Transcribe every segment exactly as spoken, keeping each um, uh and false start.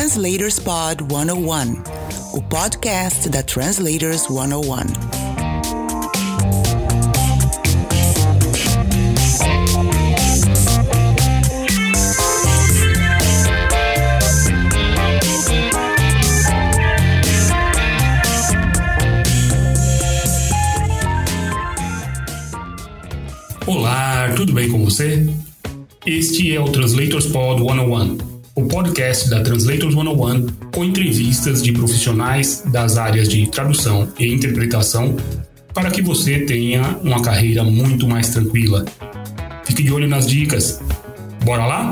Translators Pod cento e um, o podcast da Translators cento e um. Olá, tudo bem com você? Este é o Translators Pod cento e um, o podcast da Translators cento e um com entrevistas de profissionais das áreas de tradução e interpretação para que você tenha uma carreira muito mais tranquila. Fique de olho nas dicas. Bora lá?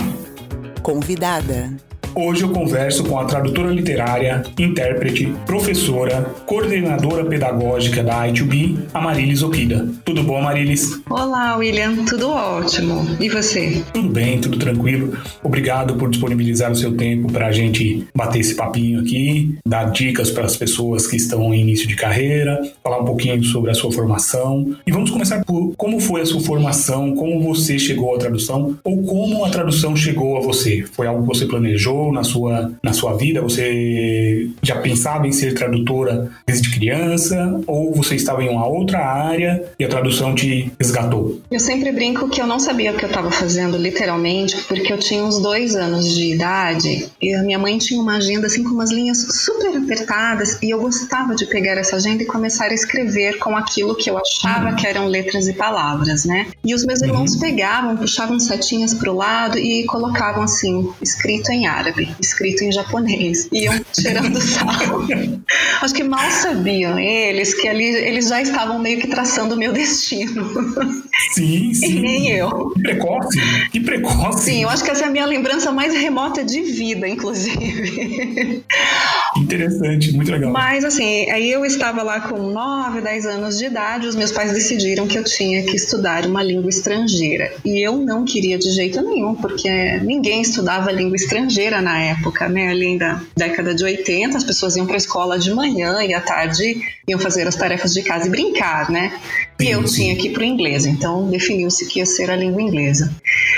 Convidada. Hoje eu converso com a tradutora literária, intérprete, professora, coordenadora pedagógica da I dois B, Amarilis Okida. Tudo bom, Amarilis? Olá, William. Tudo ótimo. E você? Tudo bem, tudo tranquilo. Obrigado por disponibilizar o seu tempo para a gente bater esse papinho aqui, dar dicas para as pessoas que estão em início de carreira, falar um pouquinho sobre a sua formação. E vamos começar por como foi a sua formação, como você chegou à tradução ou como a tradução chegou a você. Foi algo que você planejou na sua, na sua vida? Você já pensava em ser tradutora desde criança? Ou você estava em uma outra área e a tradução te resgatou? Eu sempre brinco que eu não sabia o que eu estava fazendo, literalmente, porque eu tinha uns dois anos de idade e a minha mãe tinha uma agenda assim com umas linhas super apertadas e eu gostava de pegar essa agenda e começar a escrever com aquilo que eu achava uhum. que eram letras e palavras, né? E os meus irmãos uhum. pegavam, puxavam setinhas para o lado e colocavam assim, escrito em árabe, escrito em japonês, iam tirando sarro. Acho que mal sabiam eles que ali eles já estavam meio que traçando o meu destino. Sim, sim. E nem eu. Que precoce, que precoce. Sim, eu acho que essa é a minha lembrança mais remota de vida, inclusive. Interessante, muito legal. Mas assim, aí eu estava lá com nove, dez anos de idade, os meus pais decidiram que eu tinha que estudar uma língua estrangeira. E eu não queria de jeito nenhum, porque ninguém estudava língua estrangeira na época, né? Ali da década de oitenta, as pessoas iam para a escola de manhã e à tarde iam fazer as tarefas de casa e brincar, né? E eu tinha que ir para o inglês, então definiu-se que ia ser a língua inglesa.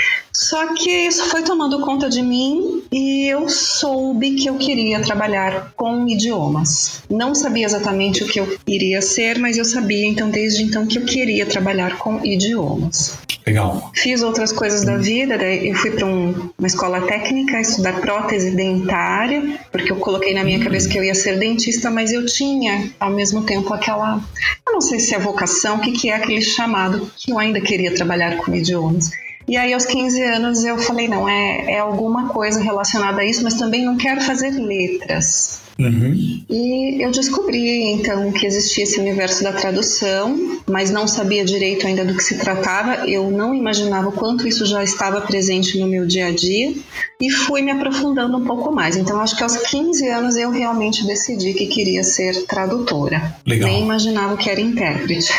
Só que isso foi tomando conta de mim e eu soube que eu queria trabalhar com idiomas. Não sabia exatamente o que eu iria ser, mas eu sabia então desde então que eu queria trabalhar com idiomas. Legal. Fiz outras coisas da vida, daí eu fui para um, uma escola técnica estudar prótese dentária, porque eu coloquei na minha cabeça que eu ia ser dentista, mas eu tinha ao mesmo tempo aquela, eu não sei se é vocação, o que, que é aquele chamado que eu ainda queria trabalhar com idiomas. E aí, aos quinze anos, eu falei, não, é, é alguma coisa relacionada a isso, mas também não quero fazer letras. Uhum. E eu descobri, então, que existia esse universo da tradução, mas não sabia direito ainda do que se tratava. Eu não imaginava o quanto isso já estava presente no meu dia a dia e fui me aprofundando um pouco mais. Então, acho que aos quinze anos eu realmente decidi que queria ser tradutora. Legal. Nem imaginava o que era intérprete.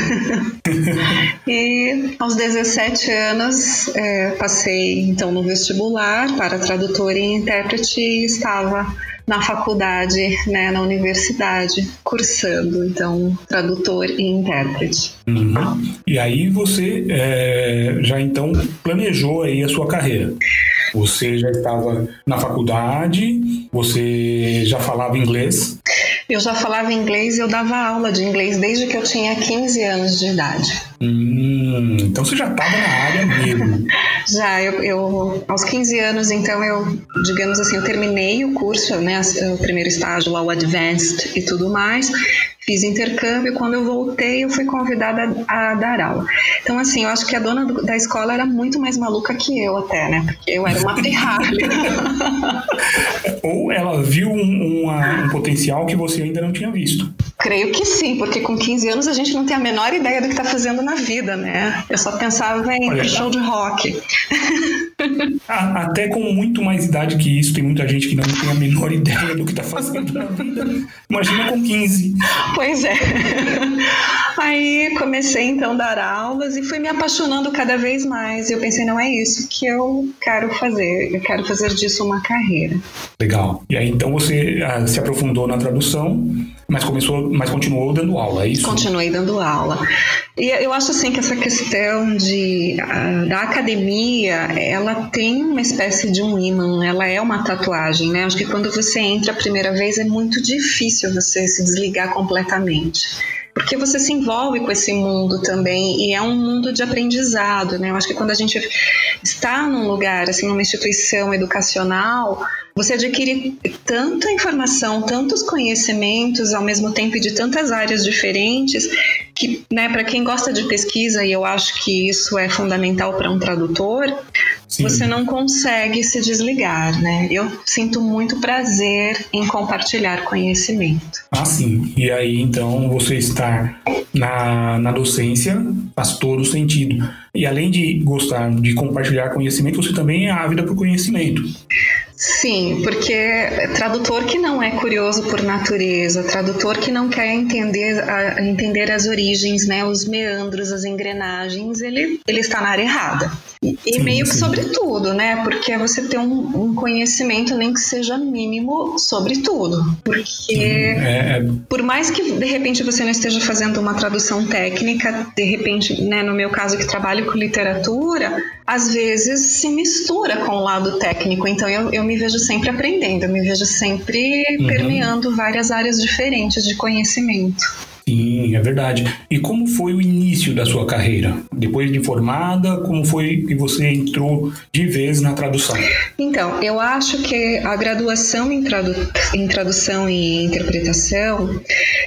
E aos dezessete anos, é, passei, então, no vestibular para tradutora e intérprete e estava na faculdade, né, na universidade, cursando, então, tradutor e intérprete. Uhum. E aí você é, já então planejou aí a sua carreira. Você já estava na faculdade, você já falava inglês? Eu já falava inglês e eu dava aula de inglês desde que eu tinha quinze anos de idade. Hum, então você já estava na área mesmo. Já, eu, eu aos quinze anos, então eu, digamos assim, eu terminei o curso, né, o primeiro estágio lá, o Advanced e tudo mais. Fiz intercâmbio, quando eu voltei eu fui convidada a, a dar aula. Então assim, eu acho que a dona do, da escola era muito mais maluca que eu até, né? Porque eu era uma pirralha. Ou ela viu um, uma, um potencial que você ainda não tinha visto. Creio que sim, porque com quinze anos a gente não tem a menor ideia do que está fazendo na vida, né? Eu só pensava em Olha, show de rock. Até com muito mais idade que isso, tem muita gente que não tem a menor ideia do que está fazendo na vida. Imagina com quinze. Pois é. Aí comecei então a dar aulas e fui me apaixonando cada vez mais. E eu pensei, não é isso que eu quero fazer, eu quero fazer disso uma carreira. Legal. E aí então você ah, se aprofundou na tradução Mas começou, mas continuou dando aula, é isso? Continuei dando aula. E eu acho assim que essa questão de, a, da academia, ela tem uma espécie de um ímã, ela é uma tatuagem, né? Acho que quando você entra a primeira vez é muito difícil você se desligar completamente. Porque você se envolve com esse mundo também e é um mundo de aprendizado, né? Eu acho que quando a gente está num lugar, assim, numa instituição educacional, você adquire tanta informação, tantos conhecimentos ao mesmo tempo e de tantas áreas diferentes que, né, para quem gosta de pesquisa, e eu acho que isso é fundamental para um tradutor, sim, você não consegue se desligar, né? Eu sinto muito prazer em compartilhar conhecimento. Ah, sim. E aí, então, você estar na, na docência faz todo o sentido. E além de gostar de compartilhar conhecimento, você também é ávida por conhecimento. Sim, porque tradutor que não é curioso por natureza, tradutor que não quer entender, a, entender as origens, né, os meandros, as engrenagens, ele, ele está na área errada. E, e sim, meio que sim. sobre tudo, né? Porque é você ter um, um conhecimento, nem que seja mínimo, sobre tudo. Porque sim, é, é... por mais que de repente você não esteja fazendo uma tradução técnica, de repente, né, no meu caso que trabalho com literatura, às vezes se mistura com o lado técnico. Então eu, eu me vejo sempre aprendendo, eu me vejo sempre uhum. permeando várias áreas diferentes de conhecimento. Sim, é verdade. E como foi o início da sua carreira? Depois de formada, como foi que você entrou de vez na tradução? Então, eu acho que a graduação em, tradu- em tradução e interpretação,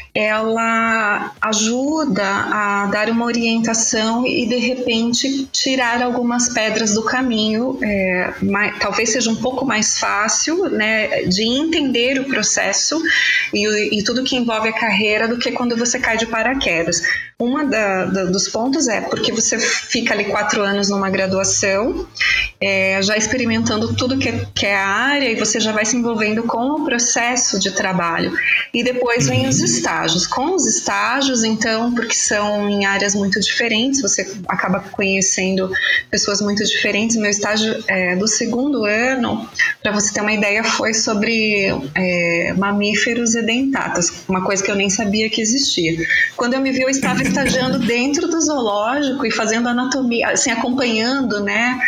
ela ajuda a dar uma orientação e, de repente, tirar algumas pedras do caminho. É, mais, talvez seja um pouco mais fácil, né, de entender o processo e, e tudo que envolve a carreira do que quando você você cai de paraquedas. Uma da, da, dos pontos é porque você fica ali quatro anos numa graduação, é, já experimentando tudo que é, que é a área e você já vai se envolvendo com o processo de trabalho. E depois vem os estágios. Com os estágios, então, porque são em áreas muito diferentes, você acaba conhecendo pessoas muito diferentes. Meu estágio é, do segundo ano, para você ter uma ideia, foi sobre é, mamíferos e dentatas, uma coisa que eu nem sabia que existia. Quando eu me vi, eu estava estagiando dentro do zoológico e fazendo anatomia, assim, acompanhando, né,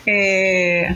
é,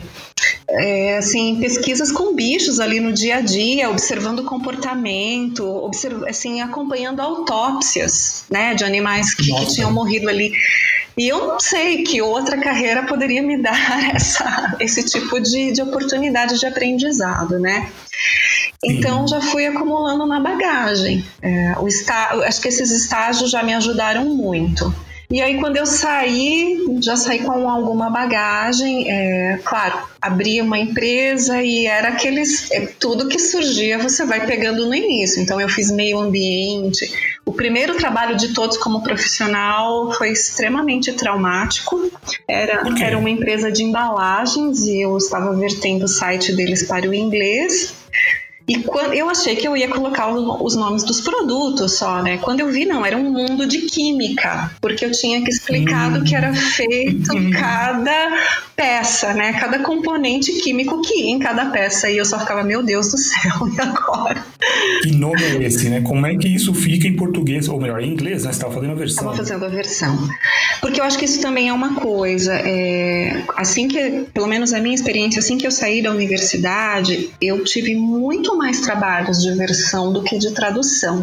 é, assim, pesquisas com bichos ali no dia a dia, observando o comportamento, observ, assim, acompanhando autópsias, né, de animais que, que tinham morrido ali. E eu não sei que outra carreira poderia me dar essa, esse tipo de, de oportunidade de aprendizado, né? Então já fui acumulando na bagagem. É, o está, acho que esses estágios já me ajudaram muito. E aí quando eu saí, já saí com alguma bagagem, é, claro, abri uma empresa e era aqueles, é, tudo que surgia você vai pegando no início. Então eu fiz meio ambiente. O primeiro trabalho de todos como profissional foi extremamente traumático. Era, era uma empresa de embalagens e eu estava vertendo o site deles para o inglês. E quando, eu achei que eu ia colocar os nomes dos produtos só, né? Quando eu vi, não, era um mundo de química, porque eu tinha que explicar do que era feito cada peça, né? Cada componente químico que ia em cada peça. E eu só ficava, meu Deus do céu, e agora? Que nome é esse, né? Como é que isso fica em português? Ou melhor, em inglês, né? Você estava fazendo a versão. Estava fazendo a versão. Porque eu acho que isso também é uma coisa. É, assim que, pelo menos a minha experiência, assim que eu saí da universidade, eu tive muito mais trabalhos de versão do que de tradução.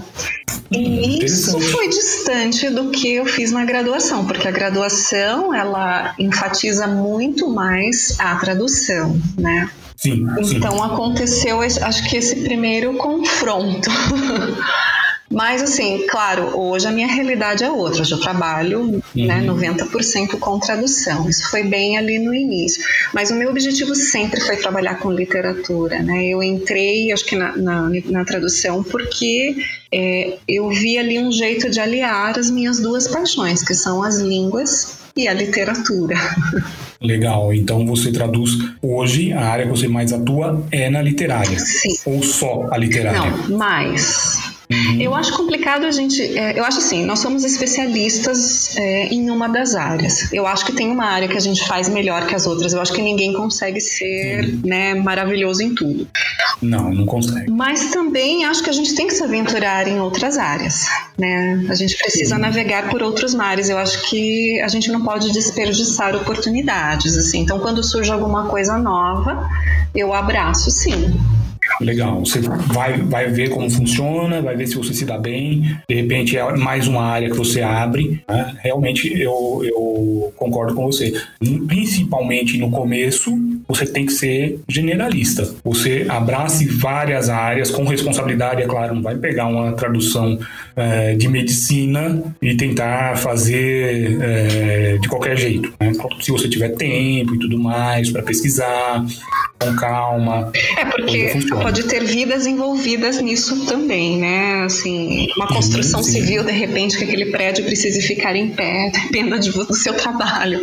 E isso foi distante do que eu fiz na graduação, porque a graduação, ela enfatiza muito mais a tradução, né? Sim, então sim. Aconteceu, acho que esse primeiro confronto. Mas assim, claro, hoje a minha realidade é outra. Hoje eu trabalho, uhum. né, noventa por cento com tradução. Isso foi bem ali no início. Mas o meu objetivo sempre foi trabalhar com literatura, né? Eu entrei, acho que na, na, na tradução, porque é, eu vi ali um jeito de aliar as minhas duas paixões, que são as línguas e a literatura. Legal, então você traduz hoje, a área que você mais atua é na literária? Sim. Ou só a literária? Não, mais. Uhum. Eu acho complicado a gente... É, eu acho assim, nós somos especialistas é, em uma das áreas. Eu acho que tem uma área que a gente faz melhor que as outras. Eu acho que ninguém consegue ser né, maravilhoso em tudo. Não, não consegue. Mas também acho que a gente tem que se aventurar em outras áreas, né? A gente precisa Sim. navegar por outros mares. Eu acho que a gente não pode desperdiçar oportunidades, assim. Então, quando surge alguma coisa nova, eu abraço, sim. Legal, você vai, vai ver como funciona, vai ver se você se dá bem, de repente é mais uma área que você abre, né? Realmente eu, eu concordo com você, principalmente no começo você tem que ser generalista, você abrace várias áreas com responsabilidade, é claro, não vai pegar uma tradução é, de medicina e tentar fazer é, de qualquer jeito, né? Se você tiver tempo e tudo mais para pesquisar com calma. É porque pode ter vidas envolvidas nisso também, né? Assim, uma construção sim, sim. civil, de repente, que aquele prédio precise ficar em pé, dependa de, do seu trabalho.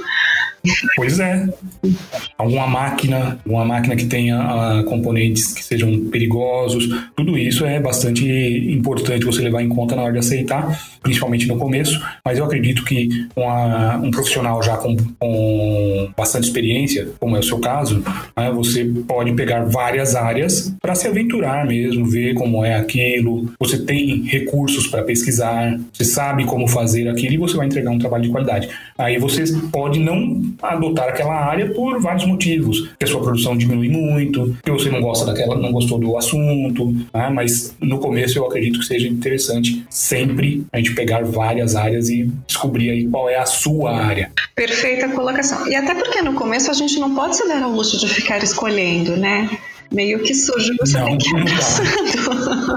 Pois é. Alguma máquina, uma máquina que tenha uh, componentes que sejam perigosos, tudo isso é bastante importante você levar em conta na hora de aceitar, principalmente no começo, mas eu acredito que uma, um profissional já com, com bastante experiência, como é o seu caso, né, você pode pegar várias áreas para se aventurar mesmo, ver como é aquilo, você tem recursos para pesquisar, você sabe como fazer aquilo e você vai entregar um trabalho de qualidade. Aí você pode não adotar aquela área por vários motivos, que a sua produção diminui muito, que você não gosta daquela, não gostou do assunto, né? Mas no começo eu acredito que seja interessante sempre a gente pegar várias áreas e descobrir aí qual é a sua área. Perfeita colocação. E até porque no começo a gente não pode se dar ao luxo de ficar escolhendo, né? Meio que surge, você não, tem que ir abraçando.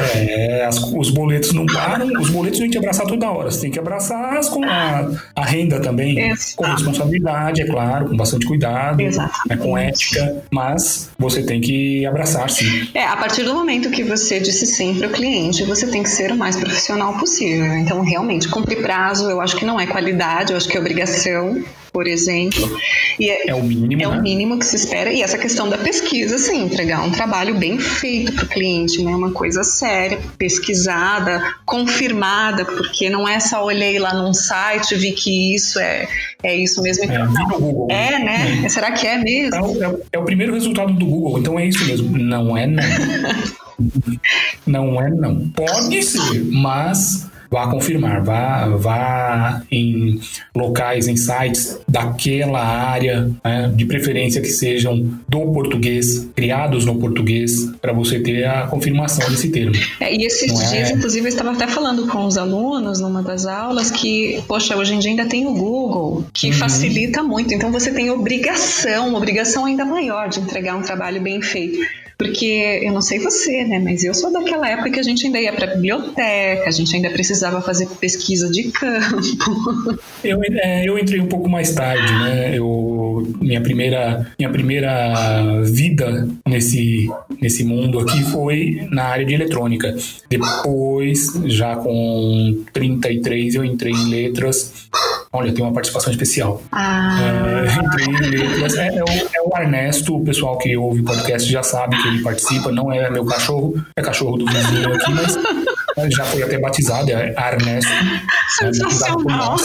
É, as, os boletos não param, os boletos a gente abraçar toda hora, você tem que abraçar as, com a, a renda também, Exato. Com responsabilidade, é claro, com bastante cuidado, né, com ética, mas você tem que abraçar sim. É, a partir do momento que você disse sim para o cliente, você tem que ser o mais profissional possível. Então, realmente, cumprir prazo, eu acho que não é qualidade, eu acho que é obrigação. Por exemplo, e é, é o mínimo, é né? o mínimo que se espera. E essa questão da pesquisa, sim, entregar um trabalho bem feito para o cliente, né? Uma coisa séria, pesquisada, confirmada, porque não é só olhei lá num site, vi que isso é, é isso mesmo. É, vi no Google. É, né? É. Será que é mesmo? É o, é, é o primeiro resultado do Google, então é isso mesmo. Não é não. Não é não. Pode ser, mas... vá confirmar, vá, vá em locais, em sites daquela área, né, de preferência que sejam do português, criados no português, para você ter a confirmação desse termo. É, e esses Não dias, é... inclusive, eu estava até falando com os alunos numa das aulas que, poxa, hoje em dia ainda tem o Google, que uhum. facilita muito, então você tem obrigação, uma obrigação ainda maior de entregar um trabalho bem feito. Porque eu não sei você, né? Mas eu sou daquela época que a gente ainda ia para a biblioteca, a gente ainda precisava fazer pesquisa de campo. Eu, é, eu entrei um pouco mais tarde, né? Eu, minha, primeira, minha primeira vida nesse, nesse mundo aqui foi na área de eletrônica. Depois, já com trinta e três, eu entrei em letras. Olha, tem uma participação especial. Ah. É, entrei em letras. É, é, o, é o Ernesto, o pessoal que ouve o podcast já sabe que ele participa. Não é meu cachorro, é cachorro do vizinho aqui, mas já foi até batizado, é Ernesto. Sensacional.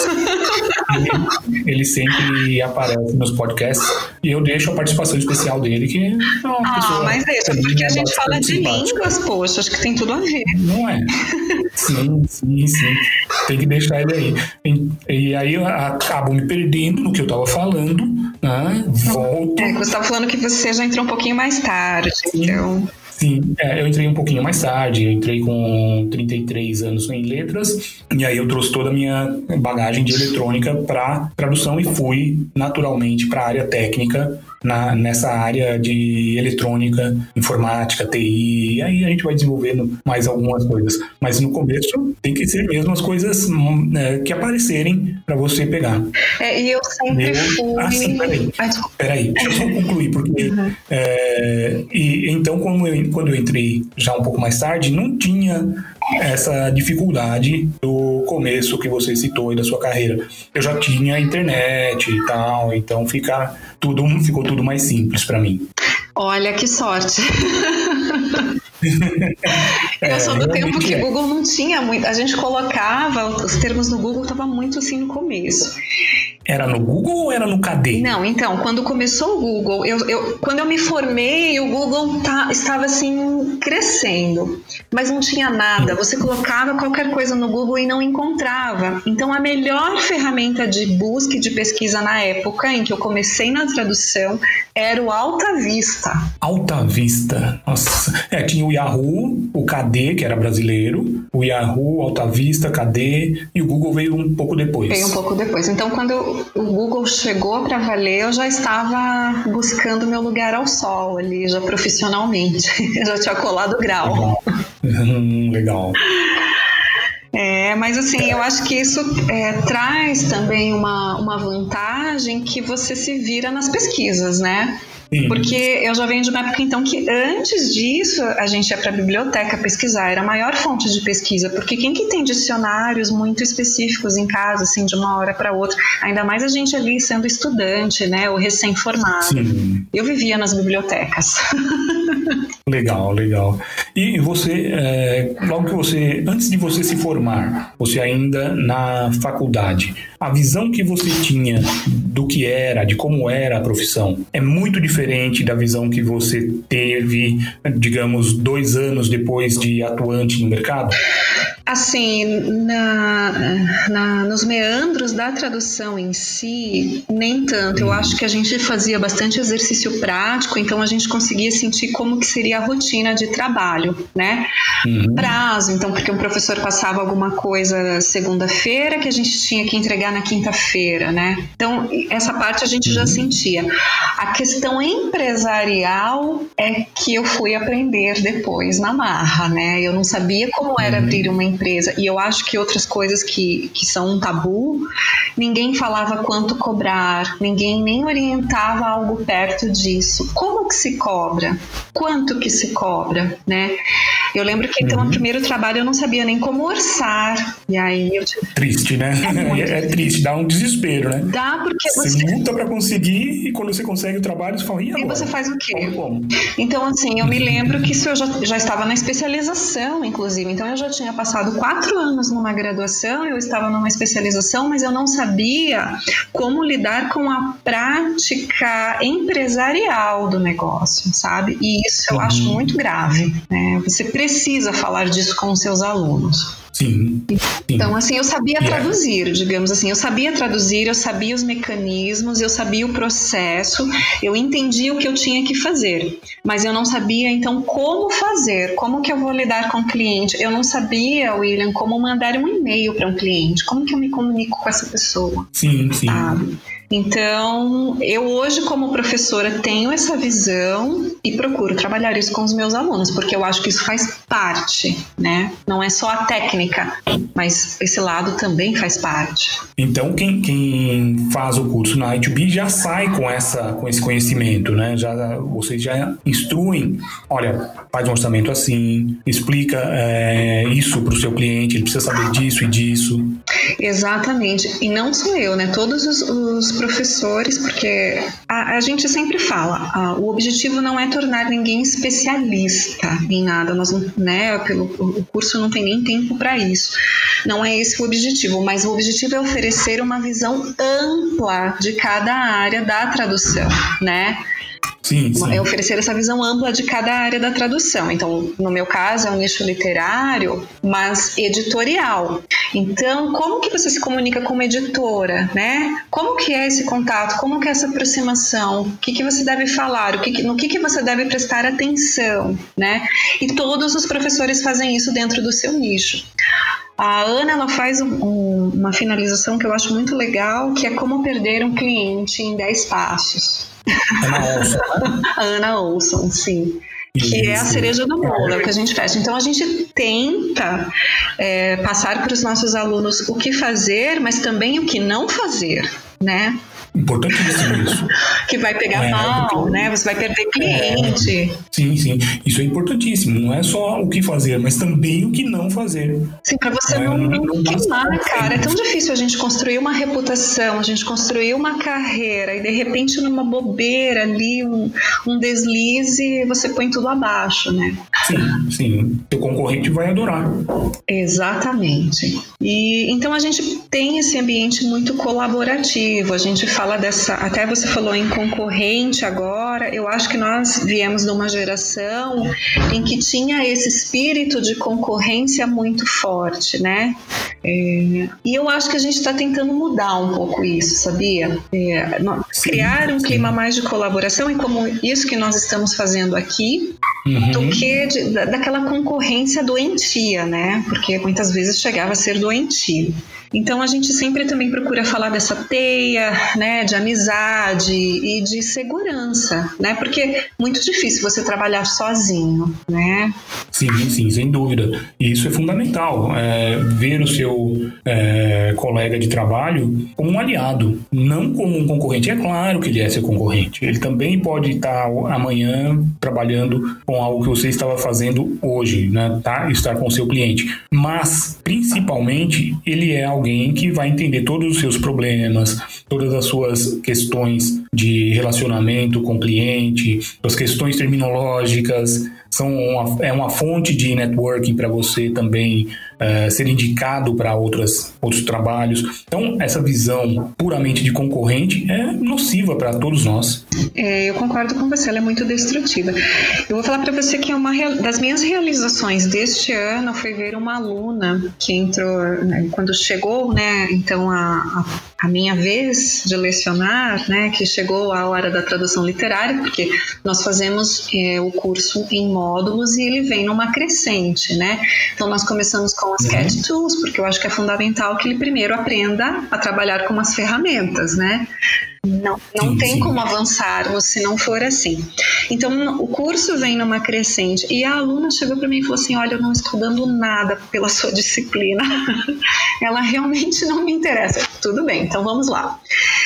É, ele, ele sempre aparece nos podcasts e eu deixo a participação especial dele, que é uma ah, pessoa... mas deixa, porque a gente fala de línguas, poxa, acho que tem tudo a ver. Não é? Sim, sim, sim. Tem que deixar ele aí. E, e aí eu acabo me perdendo no que eu estava falando, né? Volto. É, você estava falando que você já entrou um pouquinho mais tarde, sim. então... Sim, é, eu entrei um pouquinho mais tarde, eu entrei com trinta e três anos em letras, e aí eu trouxe toda a minha bagagem de eletrônica para tradução e fui naturalmente para a área técnica, na, nessa área de eletrônica, informática, T I, e aí a gente vai desenvolvendo mais algumas coisas. Mas no começo tem que ser mesmo as coisas é, que aparecerem para você pegar. É, e eu sempre eu... fui... Ah, sim, peraí, peraí, deixa eu só concluir, porque uhum. é, e, então como eu quando eu entrei já um pouco mais tarde, não tinha essa dificuldade do começo que você citou aí da sua carreira. Eu já tinha internet e tal, então fica tudo, ficou tudo mais simples para mim. Olha que sorte! Eu sou do é, tempo que o é. Google não tinha muito. A gente colocava os termos no Google, estava muito assim no começo. Era no Google ou era no K D? Não, então, quando começou o Google, eu, eu, quando eu me formei, o Google tá, estava assim, crescendo, mas não tinha nada. Você colocava qualquer coisa no Google e não encontrava. Então, a melhor ferramenta de busca e de pesquisa na época em que eu comecei na tradução era o Alta Vista. Alta Vista, nossa. É, tinha o Yahoo, o K D, que era brasileiro, o Yahoo, Alta Vista, K D, e o Google veio um pouco depois. Veio um pouco depois. Então, quando eu o Google chegou para valer, eu já estava buscando meu lugar ao sol ali, já profissionalmente. Eu já tinha colado o grau. Legal. Legal. É, mas assim, eu acho que isso é, traz também uma, uma vantagem que você se vira nas pesquisas, né? Sim. Porque eu já venho de uma época então que antes disso a gente ia para a biblioteca pesquisar, era a maior fonte de pesquisa, porque quem que tem dicionários muito específicos em casa, assim, de uma hora para outra, ainda mais a gente ali sendo estudante, né, ou recém-formado. Sim. Eu vivia nas bibliotecas. Legal, legal. E você, é, logo que você, antes de você se formar, você ainda na faculdade, a visão que você tinha do que era, de como era a profissão, é muito diferente da visão que você teve, digamos, dois anos depois de atuante no mercado? Assim, na, na, nos meandros da tradução em si, nem tanto. Eu acho que a gente fazia bastante exercício prático, então a gente conseguia sentir como que seria a rotina de trabalho, né? Uhum. Prazo, então, porque um professor passava alguma coisa segunda-feira que a gente tinha que entregar na quinta-feira, né? Então, essa parte a gente uhum. já sentia. A questão empresarial é que eu fui aprender depois na marra, né? Eu não sabia como era abrir uma empresa. Empresa. E eu acho que outras coisas que, que são um tabu, ninguém falava quanto cobrar, ninguém nem orientava algo perto disso. Como que se cobra? Quanto que se cobra, né? Eu lembro que então, uhum. no primeiro trabalho eu não sabia nem como orçar. E aí eu tive... Triste, né? É, é, é triste, dá um desespero, né? Dá porque você... Você luta pra conseguir e quando você consegue o trabalho, você fala, e agora? E você faz o quê? Como? Então, assim, eu me lembro que isso eu já, já estava na especialização, inclusive. Então, eu já tinha passado quatro anos numa graduação, eu estava numa especialização, mas eu não sabia como lidar com a prática empresarial do negócio, sabe? E isso eu uhum. acho muito grave, né? Você precisa falar disso com os seus alunos. Sim, sim. Então, assim, eu sabia traduzir, digamos assim, eu sabia traduzir, eu sabia os mecanismos, eu sabia o processo, eu entendia o que eu tinha que fazer, mas eu não sabia, então, como fazer, como que eu vou lidar com o cliente. Eu não sabia, William, como mandar um e-mail para um cliente, como que eu me comunico com essa pessoa. Sim, sim. Sabe? Então, eu hoje como professora tenho essa visão e procuro trabalhar isso com os meus alunos, porque eu acho que isso faz parte, né? Não é só a técnica, mas esse lado também faz parte. Então, quem, quem faz o curso na I dois B já sai com, essa, com esse conhecimento, né? Já, vocês já instruem, olha, faz um orçamento assim, explica é, isso para o seu cliente, ele precisa saber disso e disso. Exatamente, e não sou eu, né? Todos os, os professores, porque a, a gente sempre fala, a, o objetivo não é tornar ninguém especialista em nada, nós não, né, pelo, o curso não tem nem tempo para isso, não é esse o objetivo, mas o objetivo é oferecer uma visão ampla de cada área da tradução, né? Sim, sim. É oferecer essa visão ampla de cada área da tradução. Então, no meu caso, é um nicho literário, mas editorial. Então, como que você se comunica com uma editora, né? Como que é esse contato? Como que é essa aproximação? O que que você deve falar? O que que, no que que você deve prestar atenção, né? E todos os professores fazem isso dentro do seu nicho. A Ana, ela faz um, um, uma finalização que eu acho muito legal, que é como perder um cliente em dez passos. Ana Olson, né? A Ana Olson, sim. Que Isso. é a cereja do bolo, é o que a gente fecha. Então, a gente tenta é, passar para os nossos alunos o que fazer, mas também o que não fazer, né? Importantíssimo isso. Que vai pegar é, mal, porque... né? Você vai perder cliente. É, sim, sim. Isso é importantíssimo. Não é só o que fazer, mas também o que não fazer. Sim, para você é, não, não, não queimar, cara. É tão difícil a gente construir uma reputação, a gente construir uma carreira e de repente numa bobeira ali, um, um deslize, você põe tudo abaixo, né? Sim, sim. Teu concorrente vai adorar. Exatamente. E então a gente tem esse ambiente muito colaborativo. A gente fala dessa, até você falou em concorrente agora. Eu acho que nós viemos de uma geração em que tinha esse espírito de concorrência muito forte, né? É, e eu acho que a gente está tentando mudar um pouco isso, sabia? É, criar um clima mais de colaboração, e como isso que nós estamos fazendo aqui, uhum. do que de, da, daquela concorrência doentia, né? Porque muitas vezes chegava a ser doentio. Então a gente sempre também procura falar dessa teia, né, de amizade e de segurança, né? Porque é muito difícil você trabalhar sozinho, né? Sim, sim, sem dúvida. E isso é fundamental, é, ver o seu é, colega de trabalho como um aliado, não como um concorrente. É claro que ele é seu concorrente. Ele também pode estar amanhã trabalhando com algo que você estava fazendo hoje, né? Tá? Estar com o seu cliente. Mas, principalmente, ele é alguém que vai entender todos os seus problemas, todas as suas questões de relacionamento com o cliente, as questões terminológicas, são uma, é uma fonte de networking para você também uh, ser indicado para outros trabalhos. Então, essa visão puramente de concorrente é nociva para todos nós. É, eu concordo com você, ela é muito destrutiva. Eu vou falar para você que é uma das minhas realizações deste ano foi ver uma aluna que entrou, né, quando chegou, né, então a, a, a minha vez de lecionar, né, que chegou a hora da tradução literária, porque nós fazemos é, o curso em módulos e ele vem numa crescente, né? Então nós começamos com as C A T Tools, porque eu acho que é fundamental que ele primeiro aprenda a trabalhar com as ferramentas, né? Não, não sim, tem sim. como avançarmos se não for assim. Então o curso vem numa crescente e a aluna chegou para mim e falou assim: olha, eu não estou dando nada pela sua disciplina. Ela realmente não me interessa. Tudo bem, então vamos lá.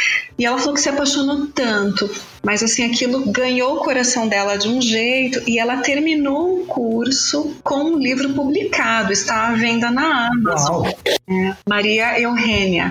E ela falou que se apaixonou tanto, mas assim, aquilo ganhou o coração dela de um jeito, e ela terminou o curso com um livro publicado, está à venda na Amazon. É, Maria Eugênia.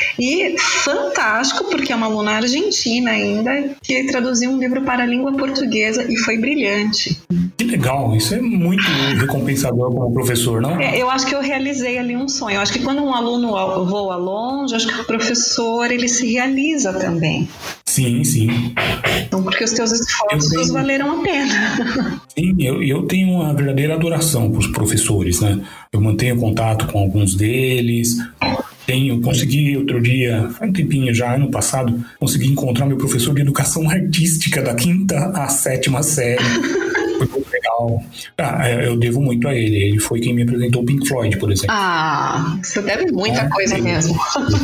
E fantástico, porque é uma aluna argentina ainda, que traduziu um livro para a língua portuguesa e foi brilhante. Que legal, isso é muito recompensador como professor, não? É, eu acho que eu realizei ali um sonho. Eu acho que quando um aluno voa longe, acho que o professor, ele se realiza também. Sim, sim. Então, porque os teus esforços tenho... valeram a pena. Sim, eu, eu tenho uma verdadeira adoração para os professores, né? Eu mantenho contato com alguns deles. Tenho, consegui outro dia, faz um tempinho já, ano passado, consegui encontrar meu professor de educação artística da quinta à sétima série. Foi muito legal. Ah, eu devo muito a ele. Ele foi quem me apresentou o Pink Floyd, por exemplo. Ah, você deve muita é, coisa eu, mesmo.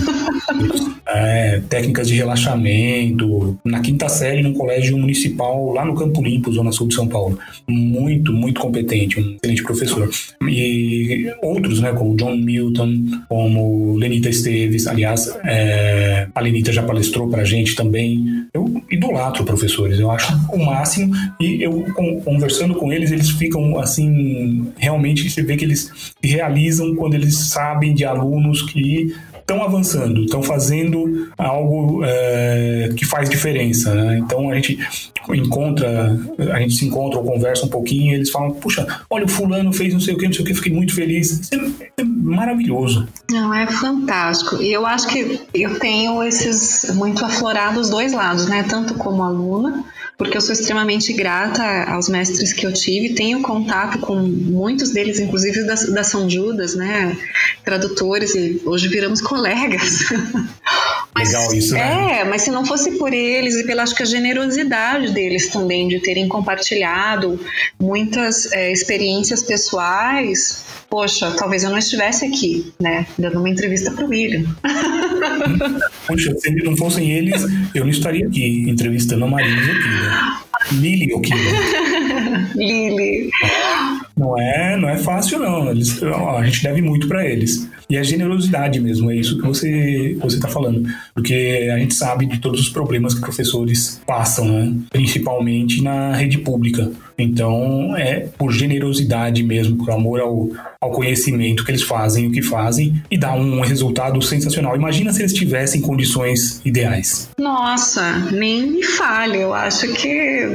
É, técnicas de relaxamento. Na quinta série, num colégio municipal, lá no Campo Limpo, zona sul de São Paulo. Muito, muito competente, um excelente professor. E outros, né, como John Milton, como Lenita Esteves. Aliás, é, a Lenita já palestrou pra gente também. Eu idolatro professores, eu acho o máximo. E eu, conversando com eles, eles ficam assim, realmente você vê que eles se realizam quando eles sabem de alunos que estão avançando, estão fazendo algo é, que faz diferença, né? Então a gente encontra, a gente se encontra ou conversa um pouquinho e eles falam: puxa, olha, o fulano fez não sei o que, não sei o que, fiquei muito feliz. Isso é, é maravilhoso. Não, é fantástico. E eu acho que eu tenho esses muito aflorados os dois lados, né? Tanto como aluna, porque eu sou extremamente grata aos mestres que eu tive, tenho contato com muitos deles, inclusive da, da São Judas, né, tradutores, e hoje viramos colegas. Mas, legal isso, né? É, mas se não fosse por eles e pela, acho que a generosidade deles também, de terem compartilhado muitas é, experiências pessoais, poxa, talvez eu não estivesse aqui, né, dando uma entrevista para o William. Poxa, se não fossem eles, eu não estaria aqui entrevistando a Maria Zoquila. Lili Oquila. Lili. Não é, não é fácil, não. Eles, a gente deve muito para eles. E a generosidade mesmo, é isso que você você está falando. Porque a gente sabe de todos os problemas que professores passam, né? Principalmente na rede pública. Então, é por generosidade mesmo, por amor ao, ao conhecimento que eles fazem o que fazem e dá um resultado sensacional. Imagina se eles tivessem condições ideais. Nossa, nem me fale. Eu acho que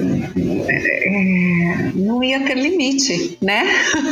é, não ia ter limite, né?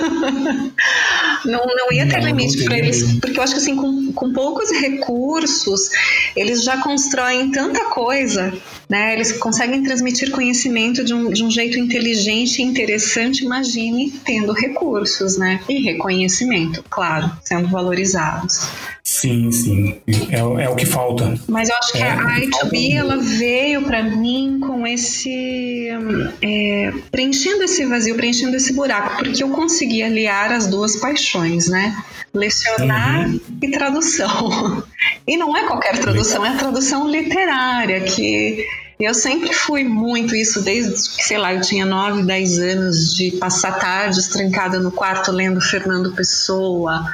Não, não ia ter não, limite para eles, porque eu acho que assim, com, com poucos recursos, eles já constroem tanta coisa, né? Eles conseguem transmitir conhecimento de um, de um jeito inteligente e interessante, imagine tendo recursos, né? E reconhecimento, claro, sendo valorizados. Sim, sim. É, é o que falta. Mas eu acho que é, a I dois B, ela veio para mim com esse... É, preenchendo esse vazio, preenchendo esse buraco, porque eu consegui aliar as duas paixões, né? Lecionar uhum. e tradução. E não é qualquer tradução, é a tradução literária, que... Eu sempre fui muito isso, desde que, sei lá, eu tinha nove, dez anos, de passar tardes trancada no quarto lendo Fernando Pessoa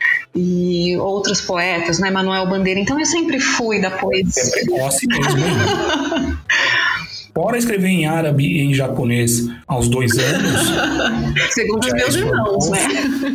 e outros poetas, né, Manuel Bandeira. Então eu sempre fui da poesia. É precoce mesmo, hein? Fora escrever em árabe e em japonês aos dois anos. Segundo os meus irmãos, né?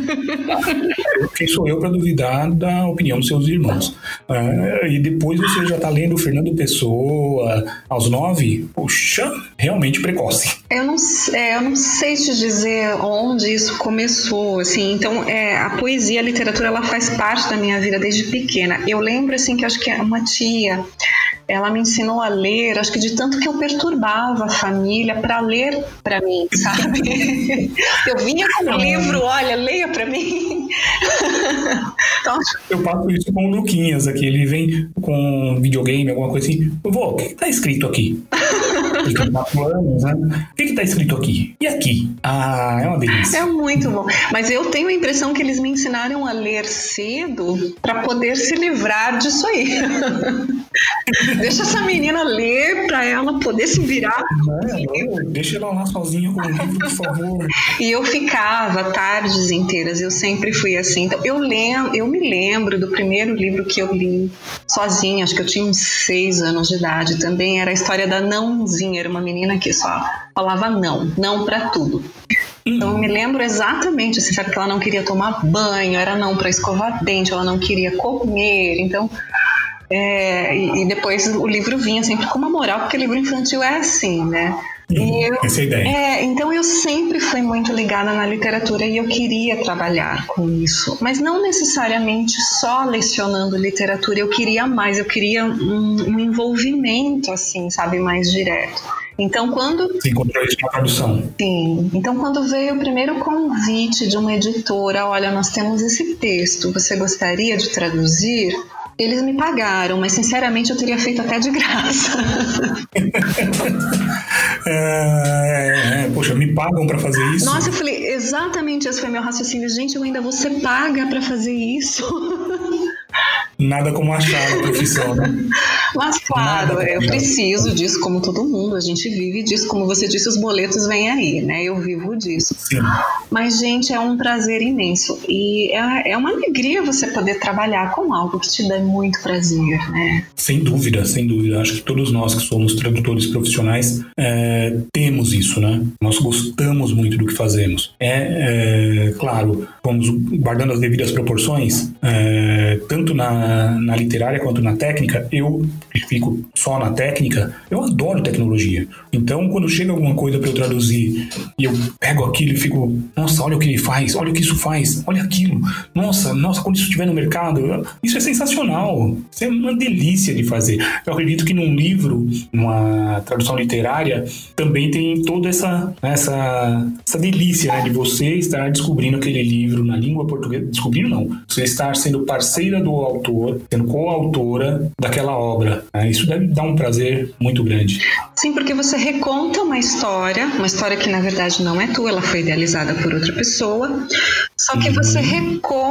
Quem sou eu para duvidar da opinião dos seus irmãos? Uh, e depois você já está lendo Fernando Pessoa aos nove? Puxa, realmente precoce. Eu não, é, eu não sei te dizer onde isso começou, assim. Então, é, a poesia, a literatura, ela faz parte da minha vida desde pequena. Eu lembro, assim, que acho que uma tia... Ela me ensinou a ler, acho que de tanto que eu perturbava a família para ler para mim, sabe? Eu vinha com o livro, olha, leia para mim. Então, eu faço isso com o Luquinhas aqui, ele vem com videogame, alguma coisa assim. Vô, o que está escrito aqui? Ele tem quatro anos, né? O que está escrito aqui? E aqui? Ah, é uma delícia. É muito bom. Mas eu tenho a impressão que eles me ensinaram a ler cedo para poder se livrar disso aí. Deixa essa menina ler para ela poder se virar. Não, deixa ela lá sozinha com o livro, por favor. E eu ficava tardes inteiras, eu sempre fui assim. Então, eu, lembro, eu me lembro do primeiro livro que eu li sozinha, acho que eu tinha uns seis anos de idade também. Era a história da Nãozinha, era uma menina que só falava não, não para tudo. Então eu me lembro exatamente, assim, sabe, que ela não queria tomar banho, era não para escovar dente, ela não queria comer, então... É, e, e depois o livro vinha sempre com uma moral, porque livro infantil é assim, né? E eu, essa é a ideia. É, então eu sempre fui muito ligada na literatura e eu queria trabalhar com isso, mas não necessariamente só lecionando literatura, eu queria mais, eu queria um, um envolvimento, assim, sabe, mais direto. Então quando... Você encontrou isso na tradução? Sim. Então quando veio o primeiro convite de uma editora, olha, nós temos esse texto, você gostaria de traduzir? Eles me pagaram, mas sinceramente eu teria feito até de graça. é, é, poxa, me pagam pra fazer isso? Nossa, eu falei, exatamente esse foi meu raciocínio. Gente, eu ainda vou ser paga pra fazer isso. Nada como achar a profissão, né? Mas claro, eu preciso disso como todo mundo, a gente vive disso, como você disse, os boletos vêm aí, né? Eu vivo disso. Sim. Mas, gente, é um prazer imenso e é, é uma alegria você poder trabalhar com algo que te dá muito prazer, né? Sem dúvida, sem dúvida. Acho que todos nós que somos tradutores profissionais é, temos isso, né? Nós gostamos muito do que fazemos. É, é claro, vamos guardando as devidas proporções, é, tanto na na literária quanto na técnica, eu fico só na técnica, eu adoro tecnologia. Então, quando chega alguma coisa para eu traduzir e eu pego aquilo e fico, nossa, olha o que ele faz, olha o que isso faz, olha aquilo, nossa, nossa, quando isso estiver no mercado, isso é sensacional, isso é uma delícia de fazer. Eu acredito que num livro, numa tradução literária, também tem toda essa, essa, essa delícia, né, de você estar descobrindo aquele livro na língua portuguesa, descobrindo não, você estar sendo parceira do autor, sendo coautora daquela obra. Isso deve dar um prazer muito grande. Sim, porque você reconta uma história, uma história que na verdade não é tua, ela foi idealizada por outra pessoa, só que uhum. você reconta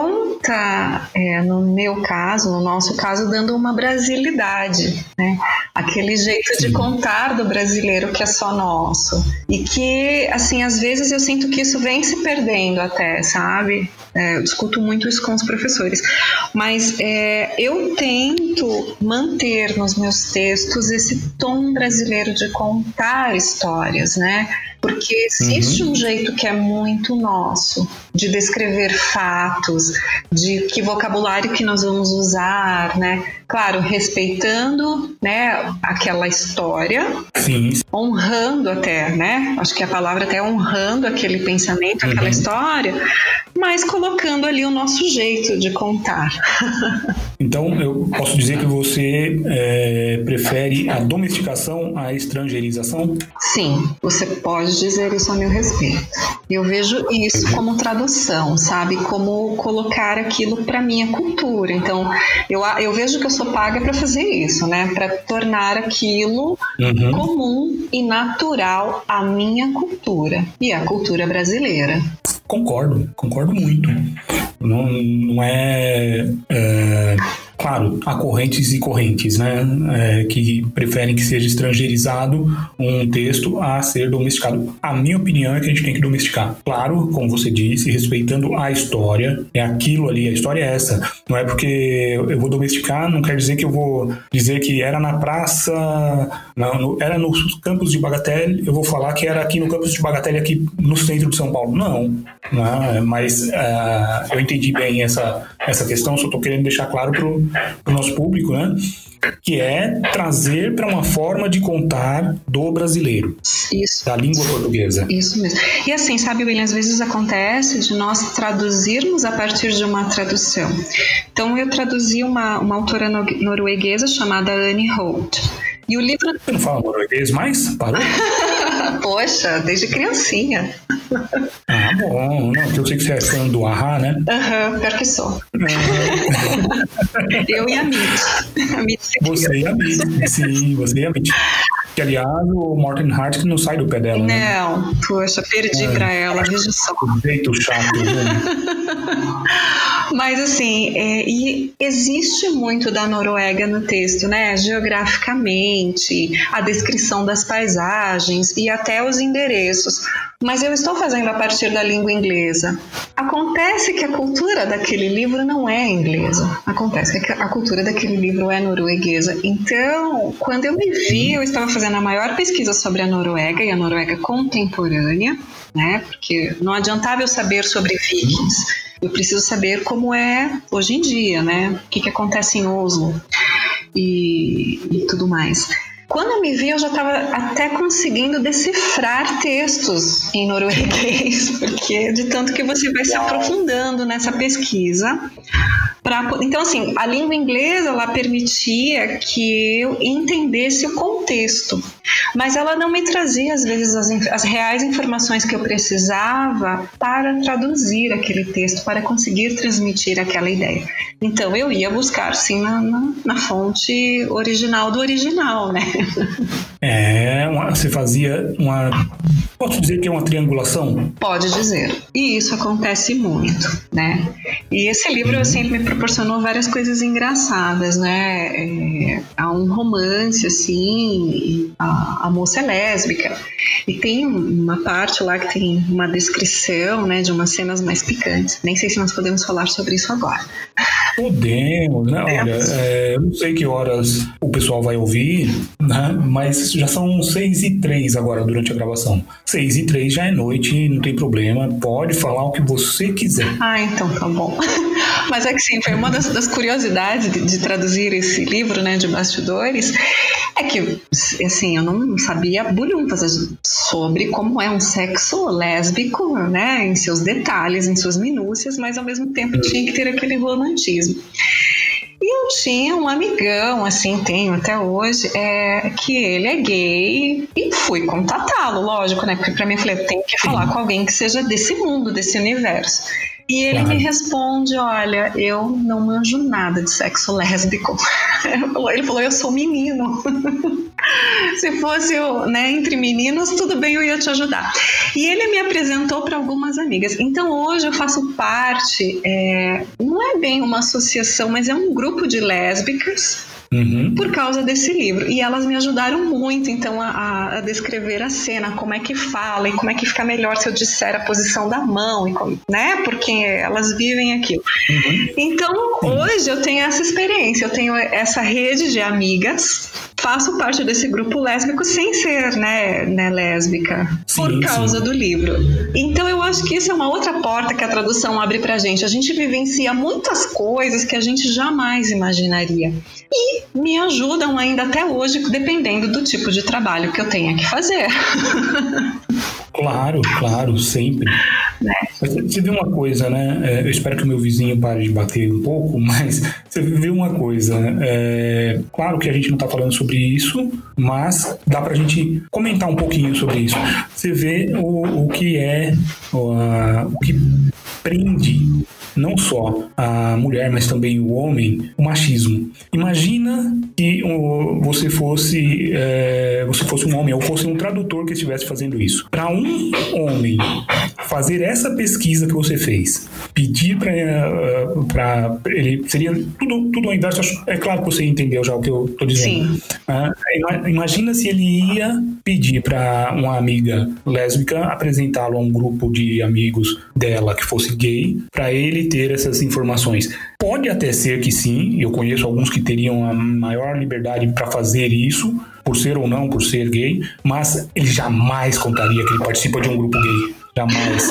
tá, é, no meu caso, no nosso caso, dando uma brasilidade, né? Aquele jeito Sim. de contar do brasileiro que é só nosso. E que, assim, às vezes eu sinto que isso vem se perdendo até, sabe? É, eu discuto muito isso com os professores. Mas é, eu tento manter nos meus textos esse tom brasileiro de contar histórias, né? Porque existe uhum. um jeito que é muito nosso de descrever fatos, de que vocabulário que nós vamos usar, né? Claro, respeitando, né, aquela história, Sim. honrando até, né? Acho que a palavra até é honrando aquele pensamento, uhum. aquela história, mas colocando ali o nosso jeito de contar. Então, eu posso dizer que você é, prefere a domesticação à estrangeirização? Sim, você pode dizer isso a meu respeito. Eu vejo isso como tradução, sabe? Como colocar aquilo para minha cultura. Então, eu, eu vejo que eu sou paga para fazer isso, né? Para tornar aquilo uhum. comum e natural à minha cultura e à cultura brasileira. Concordo, concordo muito. Não, não é, é... Claro, há correntes e correntes, né, é, que preferem que seja estrangeirizado um texto a ser domesticado. A minha opinião é que a gente tem que domesticar. Claro, como você disse, respeitando a história, é aquilo ali, a história é essa. Não é porque eu vou domesticar, não quer dizer que eu vou dizer que era na praça, não, no, era nos campos de Bagatelle, eu vou falar que era aqui no campus de Bagatelle, aqui no centro de São Paulo. Não, não mas uh, eu entendi bem essa, essa questão, só estou querendo deixar claro para o para o nosso público, né? Que é trazer para uma forma de contar do brasileiro, isso, da língua portuguesa. Isso mesmo. E assim, sabe, William, às vezes acontece de nós traduzirmos a partir de uma tradução. Então, eu traduzi uma, uma autora norueguesa chamada Annie Holt. E o livro... Você não fala norueguês mais? Parou? Poxa, desde criancinha. Ah, bom. Não, porque eu sei que você é fã do Ahá, né? Aham, uhum, pior que sou. Eu e a Mitty. A Mitty você e a Mitty, sim, você e a Mitty. Que, aliás, o Morten Hart que não sai do pé dela, não, né? Não, poxa, perdi é, pra ela, veja só. Jeito chato, né? Mas assim, é, e existe muito da Noruega no texto, né? Geograficamente, a descrição das paisagens e até os endereços. Mas eu estou fazendo a partir da língua inglesa. Acontece que a cultura daquele livro não é inglesa. Acontece que a cultura daquele livro é norueguesa. Então, quando eu me vi, eu estava fazendo a maior pesquisa sobre a Noruega e a Noruega contemporânea, né? Porque não adiantava eu saber sobre vikings. Eu preciso saber como é hoje em dia, né? O que, que acontece em Oslo e, e tudo mais. Quando eu me vi, eu já estava até conseguindo decifrar textos em norueguês, porque de tanto que você vai se aprofundando nessa pesquisa. Pra, então, assim, a língua inglesa, ela permitia que eu entendesse o contexto, mas ela não me trazia, às vezes, as, as reais informações que eu precisava para traduzir aquele texto, para conseguir transmitir aquela ideia. Então, eu ia buscar, sim, na, na, na fonte original do original, né? É, uma, você fazia uma... Posso dizer que é uma triangulação? Pode dizer. E isso acontece muito, né? E esse livro, uhum. sempre me proporcionou várias coisas engraçadas, né? É, há um romance, assim, a, a moça é lésbica. E tem uma parte lá que tem uma descrição, né, de umas cenas mais picantes. Nem sei se nós podemos falar sobre isso agora. Podemos, né? Olha, é, eu não sei que horas o pessoal vai ouvir, né? Mas já são seis e três agora durante a gravação. Seis e três já é noite, não tem problema. Pode falar o que você quiser. Ah, então tá bom. Mas é que sim, foi uma das, das curiosidades de, de traduzir esse livro, né, de bastidores, é que, assim, eu não sabia bulhufas sobre como é um sexo lésbico, né, em seus detalhes, em suas minúcias, mas ao mesmo tempo tinha que ter aquele romantismo. E eu tinha um amigão, assim, tenho até hoje, é, que ele é gay, e fui contatá-lo, lógico, né? Porque pra mim eu falei, tem que falar com alguém que seja desse mundo, desse universo. E ele Claro. me responde, olha, eu não manjo nada de sexo lésbico. Ele falou, eu sou menino. Se fosse, né, entre meninos, tudo bem, eu ia te ajudar. E ele me apresentou para algumas amigas. Então hoje eu faço parte, é, não é bem uma associação, mas é um grupo de lésbicas. Uhum. Por causa desse livro. E elas me ajudaram muito, então, a, a descrever a cena, como é que fala e como é que fica melhor se eu disser a posição da mão, e como, né? Porque elas vivem aquilo. Uhum. Então, hoje eu tenho essa experiência, eu tenho essa rede de amigas, faço parte desse grupo lésbico sem ser, né, né lésbica, sim, por causa sim. do livro. Então, eu acho que isso é uma outra porta que a tradução abre pra gente. A gente vivencia muitas coisas que a gente jamais imaginaria. E me ajudam ainda até hoje, dependendo do tipo de trabalho que eu tenha que fazer. Claro, claro, sempre. Né? Você viu uma coisa, né? Eu espero que o meu vizinho pare de bater um pouco, mas você viu uma coisa. É, claro que a gente não está falando sobre isso, mas dá pra gente comentar um pouquinho sobre isso. Você vê o, o que é, o, a, o que prende não só a mulher, mas também o homem, o machismo. Imagina que o, você fosse é, você fosse um homem ou fosse um tradutor que estivesse fazendo isso. Para um homem fazer essa pesquisa que você fez, pedir para ele, seria tudo, tudo ao inverso. É claro que você entendeu já o que eu estou dizendo. Uh, imagina se ele ia pedir para uma amiga lésbica apresentá-lo a um grupo de amigos dela que fosse gay, para ele ter essas informações. Pode até ser que sim, eu conheço alguns que teriam a maior liberdade para fazer isso, por ser ou não, por ser gay, mas ele jamais contaria que ele participa de um grupo gay. Jamais.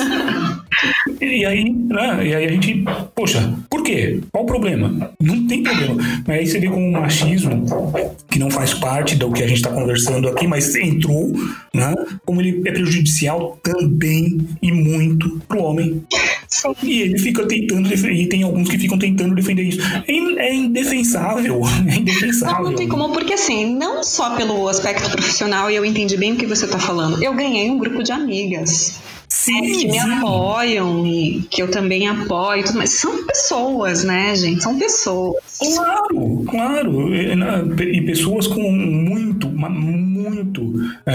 E aí, né, e aí a gente, poxa, por quê? Qual o problema? Não tem problema. Mas aí você vê como o machismo, que não faz parte do que a gente está conversando aqui, mas entrou, né, como ele é prejudicial também e muito pro homem. Sim. E ele fica tentando defender, e tem alguns que ficam tentando defender isso. É, é indefensável, é indefensável. Não, não tem como, porque assim, não só pelo aspecto profissional, e eu entendi bem o que você está falando, eu ganhei um grupo de amigas. Sim, que me sim. apoiam e que eu também apoio, tudo, mas são pessoas, né, gente? São pessoas. Claro, claro. E, e pessoas com muito, muito,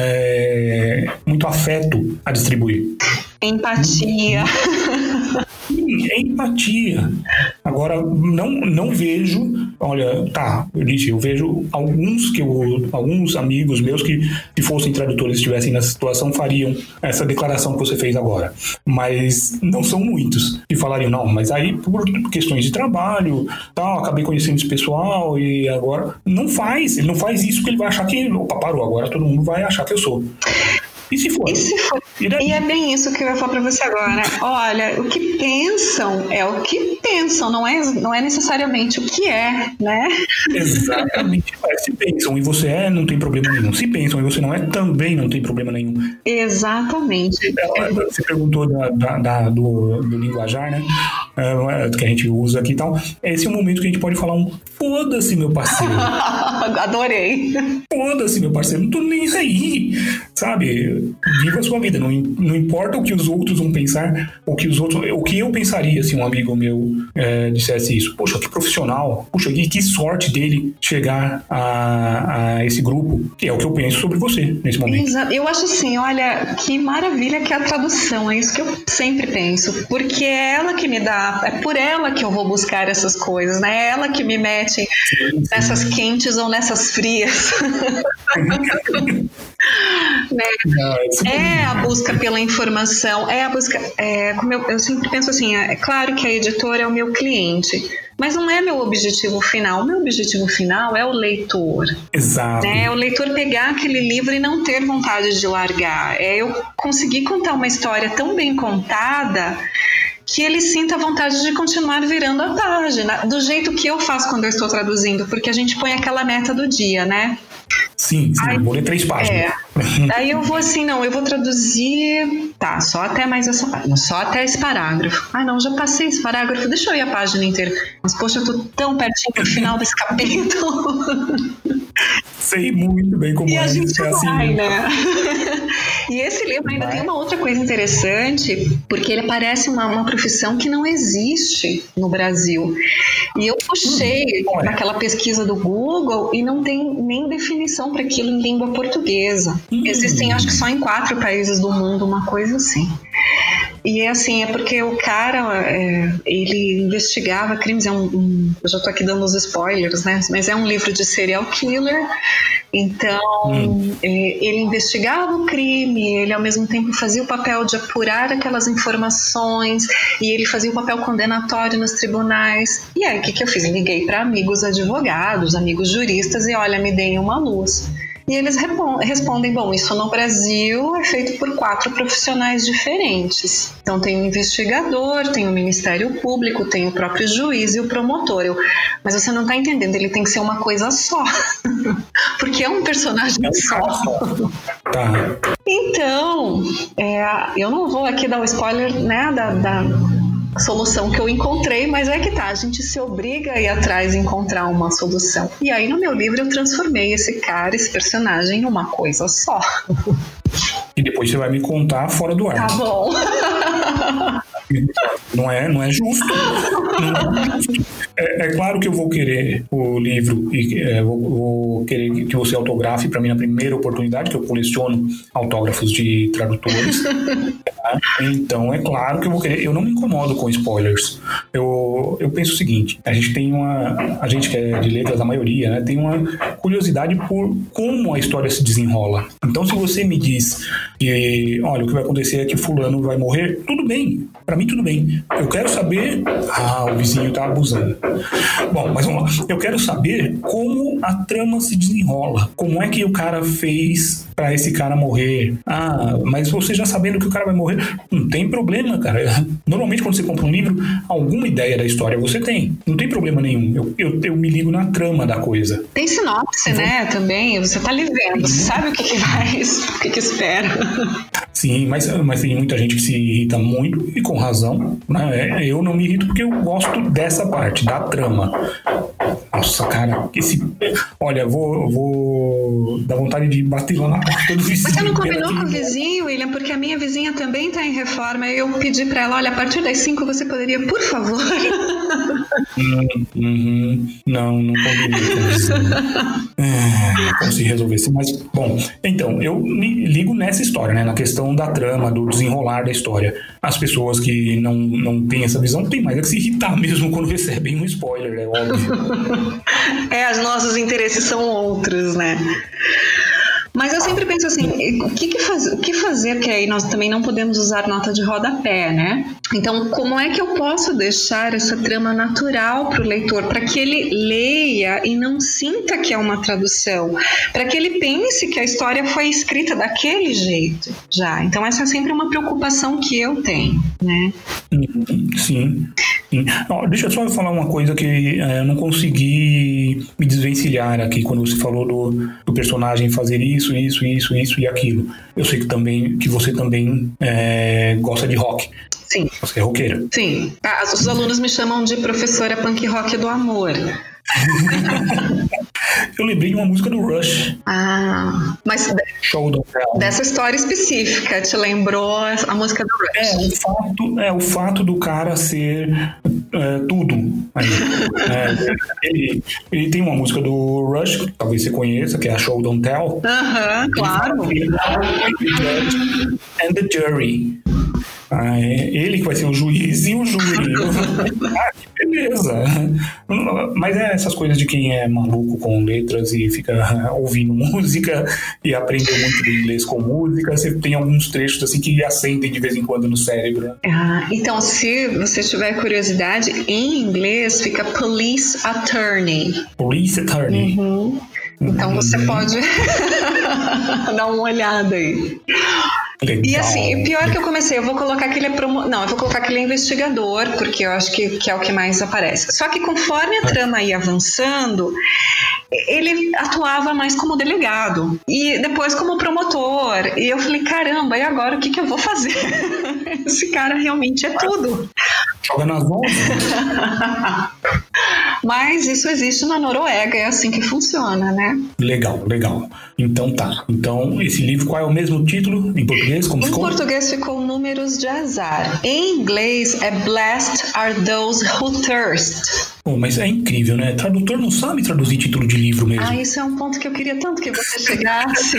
é, muito afeto a distribuir. Empatia. Sim, é empatia. Agora, não, não vejo, olha, tá, eu disse, eu vejo alguns que eu, alguns amigos meus que, se fossem tradutores, estivessem nessa situação, fariam essa declaração que você fez agora. Mas não são muitos que falariam, não, mas aí por questões de trabalho, tal, acabei conhecendo esse pessoal e agora não faz, ele não faz isso porque ele vai achar que, opa, parou, agora todo mundo vai achar que eu sou. E se for? E, se for? E, e é bem isso que eu ia falar pra você agora. Olha, o que pensam é o que pensam, não é, não é necessariamente o que é, né? Exatamente. Se pensam e você é, não tem problema nenhum. Se pensam e você não é, também não tem problema nenhum. Exatamente. Você perguntou da, da, da, do, do linguajar, né? É, que a gente usa aqui e tal. Esse é o momento que a gente pode falar um foda-se, meu parceiro. Adorei. Foda-se, meu parceiro. Não tô nem aí, sabe? Viva a sua vida, não, não importa o que os outros vão pensar, o que os outros, o que eu pensaria se um amigo meu é, dissesse isso. Poxa, que profissional, puxa, que, que sorte dele chegar a, a esse grupo, que é o que eu penso sobre você nesse momento. Exato. Eu acho assim, olha, que maravilha que é a tradução, é isso que eu sempre penso, porque é ela que me dá, é por ela que eu vou buscar essas coisas, né? É ela que me mete sim, sim. nessas quentes ou nessas frias. Né? É a busca pela informação, é a busca, é, como eu, eu sempre penso assim, é claro que a editora é o meu cliente, mas não é meu objetivo final. O meu objetivo final é o leitor. Exato. Né? É o leitor pegar aquele livro e não ter vontade de largar. É eu conseguir contar uma história tão bem contada que ele sinta vontade de continuar virando a página, do jeito que eu faço quando eu estou traduzindo, porque a gente põe aquela meta do dia, né? Sim, sim, aí, vou ler três páginas. É. Aí eu vou assim, não, eu vou traduzir, tá, só até mais essa página, só até esse parágrafo. Ah, não, já passei esse parágrafo, deixa eu ir a página inteira. Mas, poxa, eu tô tão pertinho do final desse capítulo. Sei muito bem como e é. a gente é assim, vai, né? E esse livro ainda vai. Tem uma outra coisa interessante, porque ele parece uma, uma profissão que não existe no Brasil. E eu puxei hum, aquela pesquisa do Google e não tem nem definição para aquilo em língua portuguesa. Hum. Existem, acho que só em quatro países do mundo, uma coisa assim. E é assim, é porque o cara, é, ele investigava crimes, é um, um, eu já tô aqui dando os spoilers, né? Mas é um livro de serial killer, então hum. é, ele investigava o crime, ele ao mesmo tempo fazia o papel de apurar aquelas informações e ele fazia o papel condenatório nos tribunais. E aí, o que, que eu fiz? Liguei para amigos advogados, amigos juristas e olha, me deem uma luz. E eles respondem, bom, isso no Brasil é feito por quatro profissionais diferentes. Então tem o investigador, tem o Ministério Público, tem o próprio juiz e o promotor. Eu, mas você não está entendendo, ele tem que ser uma coisa só. Porque é um personagem é só. Tá. Então, é, eu não vou aqui dar o spoiler, né, da... da solução que eu encontrei, mas é que tá, a gente se obriga a ir atrás e encontrar uma solução. E aí no meu livro eu transformei esse cara, esse personagem, numa coisa só. E depois você vai me contar fora do ar. Tá bom. Não é, não é justo. Não é justo. É, é claro que eu vou querer o livro e é, vou, vou querer que você autografe para mim na primeira oportunidade, que eu coleciono autógrafos de tradutores. Tá? Então é claro que eu vou querer. Eu não me incomodo com spoilers. Eu, eu penso o seguinte: a gente tem uma. A gente que é de letras, a maioria, né, tem uma curiosidade por como a história se desenrola. Então, se você me diz que, olha, o que vai acontecer é que fulano vai morrer, tudo bem. Pra mim, tudo bem. Eu quero saber... Ah, o vizinho tá abusando. Bom, mas vamos lá. Eu quero saber como a trama se desenrola. Como é que o cara fez pra esse cara morrer? Ah, mas você já sabendo que o cara vai morrer, não tem problema, cara. Normalmente, quando você compra um livro, alguma ideia da história você tem. Não tem problema nenhum. Eu, eu, eu me ligo na trama da coisa. Tem sinopse, então, né? Também. Você tá ali vendo. Você sabe o que que vai, o que que espera. Sim, mas, mas tem muita gente que se irrita muito, e com razão, né? Eu não me irrito porque eu gosto dessa parte, da trama. Nossa, cara, esse... Olha, vou, vou dar vontade de bater lá na porta do vizinho. Você não combinou com o vizinho, William? Porque a minha vizinha também está em reforma, e eu pedi para ela, olha, a partir das cinco você poderia, por favor... Hum, uhum. Não, não combinei com o vizinho. É, como se resolvesse. Mas, bom, então, eu me ligo nessa história, né? Na questão da trama, do desenrolar da história. As pessoas que não, não têm essa visão tem mais é que se irritar mesmo quando recebem um spoiler, é óbvio. É, os nossos interesses são outros, né? Mas eu sempre penso assim, o que, que, faz, o que fazer, porque aí nós também não podemos usar nota de rodapé, né? Então, como é que eu posso deixar essa trama natural para o leitor, para que ele leia e não sinta que é uma tradução, para que ele pense que a história foi escrita daquele jeito já. Então, essa é sempre uma preocupação que eu tenho, né? Sim. Sim. Oh, deixa eu só falar uma coisa que é, eu não consegui me desvencilhar aqui quando você falou do, do personagem fazer isso, isso, isso, isso e aquilo. Eu sei que, também, que você também é, gosta de rock. Sim. Você é roqueira. Sim. Ah, os alunos me chamam de professora punk rock do amor. Eu lembrei de uma música do Rush. Ah, mas Show do dessa história específica, te lembrou a música do Rush? É, o fato, é, o fato do cara ser é, tudo. É, ele, ele tem uma música do Rush, que talvez você conheça, que é a Show Don't Tell. Aham, uh-huh, claro. And the Jury. Ah, é ele que vai ser o juiz e o júri. Ah, que beleza. Mas é essas coisas de quem é maluco com letras e fica ouvindo música e aprendeu muito do inglês com música. Você tem alguns trechos assim que acendem de vez em quando no cérebro. Ah, então, se você tiver curiosidade, em inglês fica Police Attorney. Police Attorney. Uhum. Então você pode dar uma olhada aí. Legal. E assim, pior que eu comecei, eu vou colocar que ele é promo... Não, eu vou colocar que ele é investigador, porque eu acho que, que é o que mais aparece. Só que conforme a trama ia avançando, ele atuava mais como delegado e depois como promotor. E eu falei, caramba, e agora o que, que eu vou fazer? Esse cara realmente é tudo. Joga nas mãos. Mas isso existe na Noruega, é assim que funciona, né? Legal, legal. Então tá. Então, esse livro, qual é o mesmo título em português? Como em ficou? português ficou Números de Azar. Em inglês é Blessed are those who thirst. Bom, mas é incrível, né? Tradutor não sabe traduzir título de livro mesmo. Ah, isso é um ponto que eu queria tanto que você chegasse.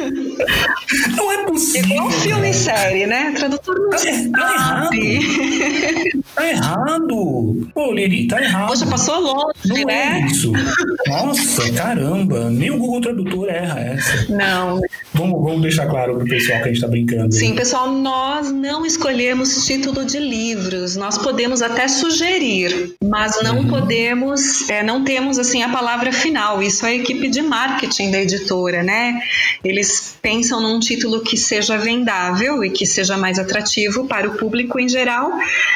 Não é possível. Igual filme e série, né? Tradutor não tá, sabe. Tá errado. Tá errado. Pô, Lili, tá errado. Poxa, passou longe, não né? É isso. Nossa, caramba. Nem o Google Tradutor erra essa. Não. Vamos, vamos deixar claro pro pessoal que a gente tá brincando. Sim, né? pessoal, nós não escolhemos título de livros. Nós podemos até sugerir, mas não uhum. podemos, é, não temos assim a palavra final. Isso é a equipe de marketing da editora, né? Eles pensam num título que seja vendável e que seja mais atrativo para o público em geral.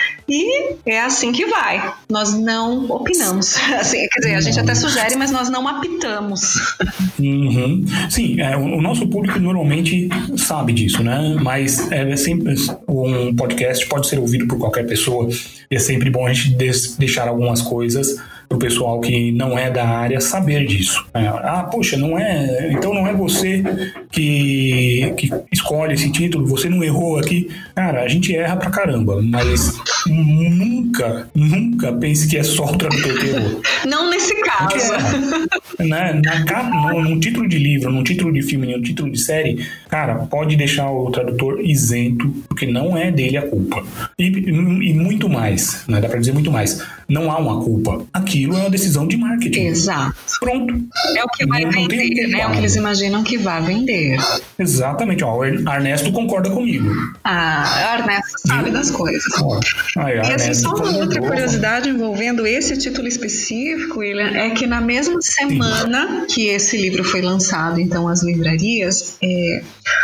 E é assim que vai. Nós não opinamos. Assim, quer dizer, a gente até sugere, mas nós não apitamos. Uhum. Sim, é, o nosso público normalmente sabe disso, né? Mas é, é sempre um podcast pode ser ouvido por qualquer pessoa. E é sempre bom a gente des, deixar algumas coisas para o pessoal que não é da área saber disso. É, ah, poxa, não é. Então não é você que, que escolhe esse título, você não errou aqui. Cara, a gente erra pra caramba, mas nunca, nunca pense que é só o tradutor que errou. Não nesse caso. É, né? Na capa, no, num título de livro, num título de filme, num título de série, cara, pode deixar o tradutor isento, porque não é dele a culpa. E, e muito mais, né? Dá pra dizer muito mais. Não há uma culpa. Aquilo é uma decisão de marketing. Exato. Pronto. É o que vai não, vender, não né? É o que eles imaginam que vai vender. Exatamente. Ó, o Ernesto concorda comigo. Ah, o Ernesto sabe Viu? das coisas. Ó, aí, e assim, só uma outra curiosidade envolvendo esse título específico, William, é que na mesma semana Sim. que esse livro foi lançado, então, às livrarias, é...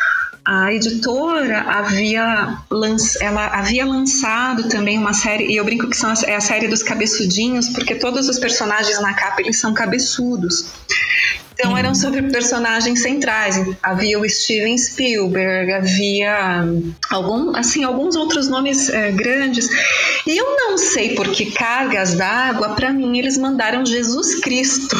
a editora havia, lanç... ela havia lançado também uma série, e eu brinco que são a... é a série dos cabeçudinhos, porque todos os personagens na capa, eles são cabeçudos. Então, eram sobre personagens centrais. Havia o Steven Spielberg, havia algum, assim, alguns outros nomes é, grandes. E eu não sei por que cargas d'água, para mim, eles mandaram Jesus Cristo.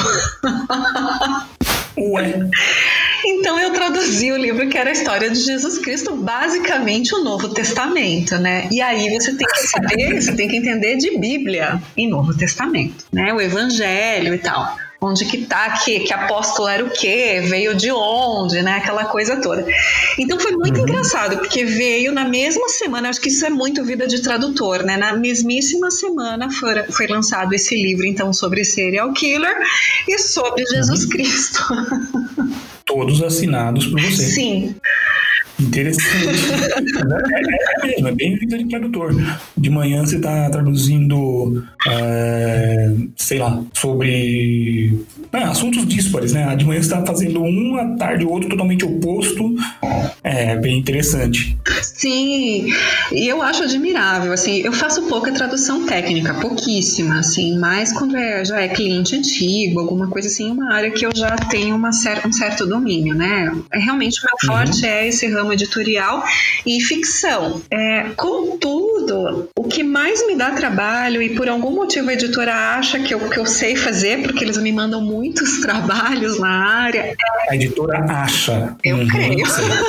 Ué. Então eu traduzi o livro que era a história de Jesus Cristo, basicamente o Novo Testamento, né? E aí você tem que saber, você tem que entender de Bíblia em Novo Testamento, né? O Evangelho e tal. Onde que tá, que, que apóstolo era o quê, veio de onde, né, aquela coisa toda. Então foi muito uhum. engraçado, porque veio na mesma semana, acho que isso é muito vida de tradutor, né, na mesmíssima semana foi, foi lançado esse livro, então, sobre serial killer e sobre Jesus uhum. Cristo. Todos assinados por você. Sim. Interessante. é, é, é mesmo, é bem vida de tradutor. De manhã você está traduzindo, é, sei lá, sobre é, assuntos díspares, né? De manhã você está fazendo um, à tarde o outro totalmente oposto. É bem interessante. Sim, e eu acho admirável, assim, eu faço pouca tradução técnica, pouquíssima, assim, mas quando é, já é cliente antigo, alguma coisa assim, uma área que eu já tenho uma cer- um certo domínio, né? É, realmente o meu uhum. forte é esse ramo editorial e ficção. É, contudo, o que mais me dá trabalho, e por algum motivo a editora acha que eu, que eu sei fazer, porque eles me mandam muitos trabalhos na área. A editora acha. Eu uhum, creio.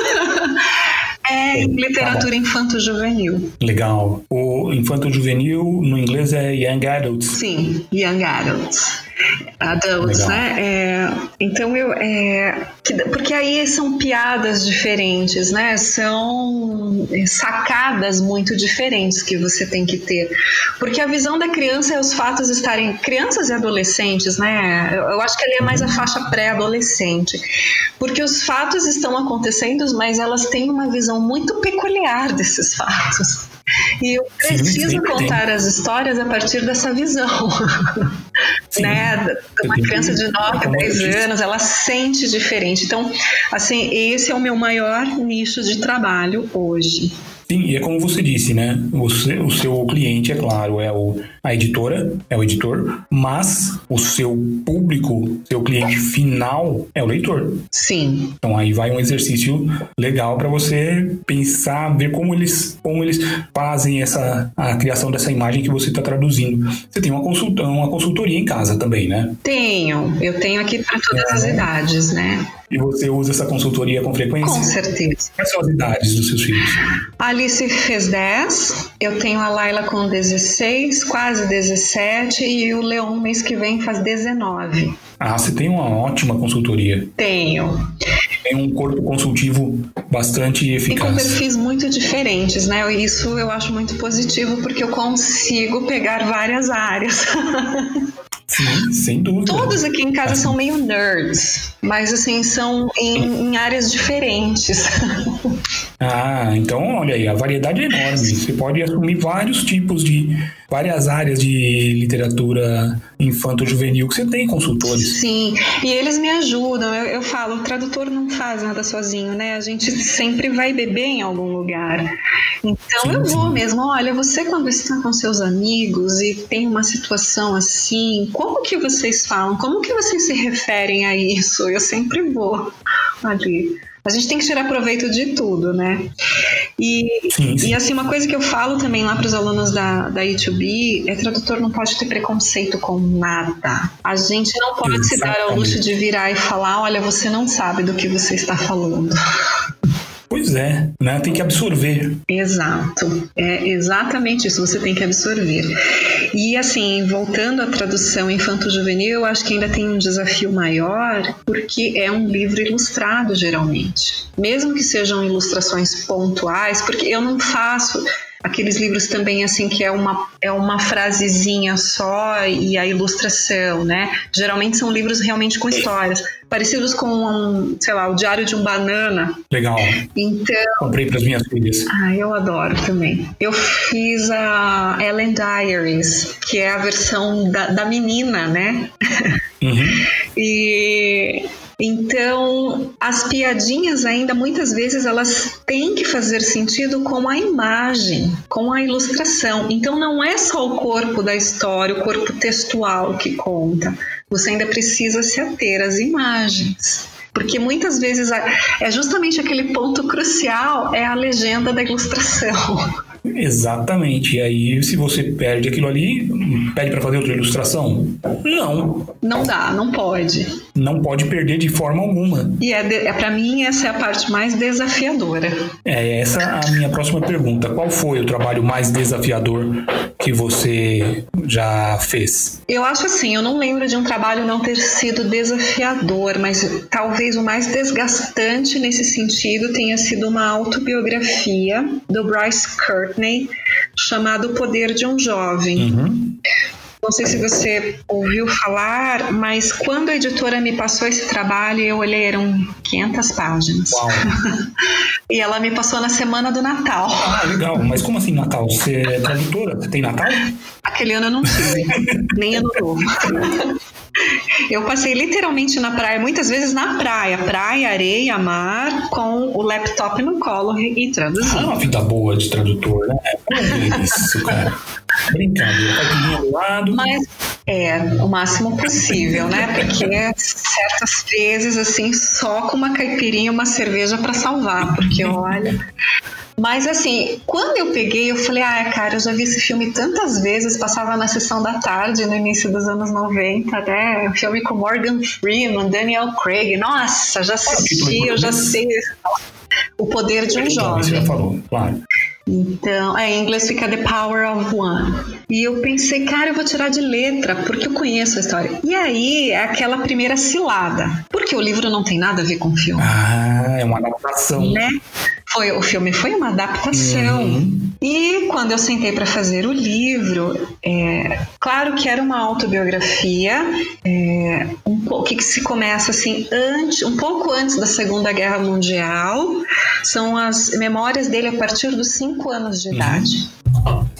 É literatura infanto-juvenil. Legal. O infanto-juvenil no inglês é Young Adults. Sim, Young Adults. Adults, Legal. né? É, então eu. É, que, porque aí são piadas diferentes, né? São sacadas muito diferentes que você tem que ter. Porque a visão da criança é os fatos estarem. Crianças e adolescentes, né? Eu, eu acho que ali é mais a faixa pré-adolescente. Porque os fatos estão acontecendo, mas elas têm uma visão muito peculiar desses fatos. E eu preciso Sim, contar tem. as histórias a partir dessa visão. né? Uma criança de nove, dez anos, ela sente diferente. Então, assim, esse é o meu maior nicho de trabalho hoje. Sim, e é como você disse, né? Você, o seu cliente, é claro, é o, a editora, é o editor, mas o seu público, seu cliente final é o leitor. Sim. Então aí vai um exercício legal para você pensar, ver como eles, como eles fazem essa, a criação dessa imagem que você está traduzindo. Você tem uma, consulta, uma consultoria em casa também, né? Tenho. Eu tenho aqui para todas as idades, né? E você usa essa consultoria com frequência? Com certeza. Quais são as idades dos seus filhos? A Alice fez dez, eu tenho a Laila com dezesseis, quase dezessete, e o Leon mês que vem faz dezenove. Ah, você tem uma ótima consultoria. Tenho. Tem um corpo consultivo bastante eficaz. E com perfis muito diferentes, né? Isso eu acho muito positivo, porque eu consigo pegar várias áreas. Sim, sem dúvida. Todos aqui em casa assim. São meio nerds, mas assim, são em, em áreas diferentes. Ah, então olha aí, a variedade é enorme. Você pode assumir vários tipos de, várias áreas de literatura infanto-juvenil que você tem consultores. Sim, e eles me ajudam. Eu, eu falo, o tradutor não faz nada sozinho, né? A gente sempre vai beber em algum lugar. Então sim, eu vou sim. mesmo, olha, você quando está com seus amigos e tem uma situação assim, como que vocês falam? Como que vocês se referem a isso? Eu sempre vou ali. A gente tem que tirar proveito de tudo, né? E, sim, sim. e assim, uma coisa que eu falo também lá para os alunos da, da E dois B é: tradutor não pode ter preconceito com nada. A gente não pode Exatamente. Se dar ao luxo de virar e falar, olha, você não sabe do que você está falando. Pois é, né? Tem que absorver. Exato, é exatamente isso, você tem que absorver. E assim, voltando à tradução infanto-juvenil, eu acho que ainda tem um desafio maior, porque é um livro ilustrado, geralmente. Mesmo que sejam ilustrações pontuais, porque eu não faço aqueles livros também assim que é uma, é uma frasezinha só e a ilustração, né? Geralmente são livros realmente com histórias, parecidos com, um, sei lá, o Diário de um Banana. Legal. Então, comprei para as minhas filhas. Ah, eu adoro também. Eu fiz a Ellen Diaries, que é a versão da, da menina, né? Uhum. E então, as piadinhas ainda muitas vezes elas têm que fazer sentido com a imagem, com a ilustração. Então não é só o corpo da história, o corpo textual que conta. Você ainda precisa se ater às imagens. Porque muitas vezes é justamente aquele ponto crucial, é a legenda da ilustração. Exatamente. E aí, se você perde aquilo ali, pede para fazer outra ilustração? Não. Não dá, não pode. Não pode perder de forma alguma. E é, é para mim essa é a parte mais desafiadora. É essa a minha próxima pergunta. Qual foi o trabalho mais desafiador que você já fez? Eu acho assim, eu não lembro de um trabalho não ter sido desafiador, mas talvez o mais desgastante nesse sentido tenha sido uma autobiografia do Bryce Courtenay, chamado O Poder de um Jovem. Uhum. Não sei se você ouviu falar, mas quando a editora me passou esse trabalho, eu olhei, eram quinhentas páginas. Uau. E ela me passou na semana do Natal. Ah, legal. Mas como assim Natal? Você é tradutora? Você tem Natal? Aquele ano eu não tive, nem ano novo. Eu passei literalmente na praia, muitas vezes na praia, praia, areia, mar, com o laptop no colo e traduzindo. Ah, uma vida boa de tradutor, né? É isso, cara. Brincadeira, caipirinha do lado. Mas é, o máximo possível, né? Porque certas vezes, assim, só com uma caipirinha e uma cerveja para salvar, porque olha... Mas assim, quando eu peguei, eu falei, ah, cara, eu já vi esse filme tantas vezes, passava na sessão da tarde, no início dos anos noventa, né? Um filme com Morgan Freeman, Daniel Craig, nossa, já assisti, eu já sei O Poder de um Jovem. Você já falou, claro. Então, é, em inglês fica The Power of One. E eu pensei, cara, eu vou tirar de letra, porque eu conheço a história. E aí, é aquela primeira cilada, porque o livro não tem nada a ver com o filme. Ah, é uma adaptação. Né? Foi, o filme foi uma adaptação. Uhum. E quando eu sentei para fazer o livro, é, claro que era uma autobiografia, é, um pouco que se começa assim, antes, um pouco antes da Segunda Guerra Mundial. São as memórias dele a partir dos cinco anos de idade. Uhum.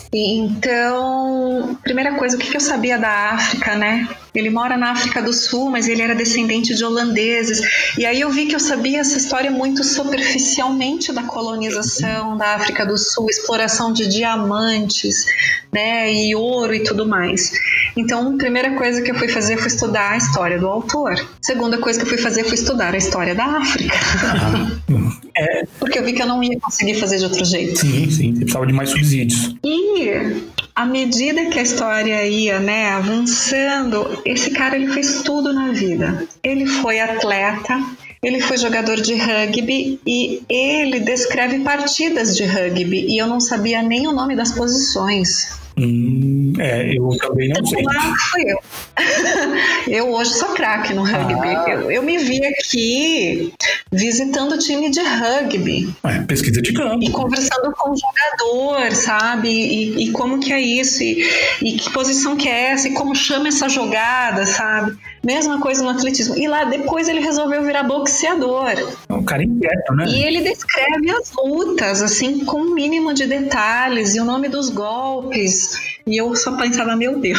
Então, primeira coisa, o que eu sabia da África, né? Ele mora na África do Sul, mas ele era descendente de holandeses. E aí eu vi que eu sabia essa história muito superficialmente da colonização da África do Sul, exploração de diamantes, né, e ouro e tudo mais. Então, a primeira coisa que eu fui fazer foi estudar a história do autor. Segunda coisa que eu fui fazer foi estudar a história da África. Ah, é. Porque eu vi que eu não ia conseguir fazer de outro jeito. Sim, sim, você precisava de mais subsídios. E à medida que a história ia, né, avançando, esse cara ele fez tudo na vida. Ele foi atleta, ele foi jogador de rugby e ele descreve partidas de rugby e eu não sabia nem o nome das posições. Hum, é, eu também não sei. Lá fui eu. Eu hoje sou craque no rugby. Ah. Eu, eu me vi aqui visitando o time de rugby. É, pesquisa de campo. E conversando com o jogador, sabe? E, e como que é isso? E, e que posição que é essa? E como chama essa jogada, sabe? Mesma coisa no atletismo. E lá depois ele resolveu virar boxeador. É um cara inquieto, né? E ele descreve as lutas, assim, com o um mínimo de detalhes e o nome dos golpes. E eu só pensava, meu Deus.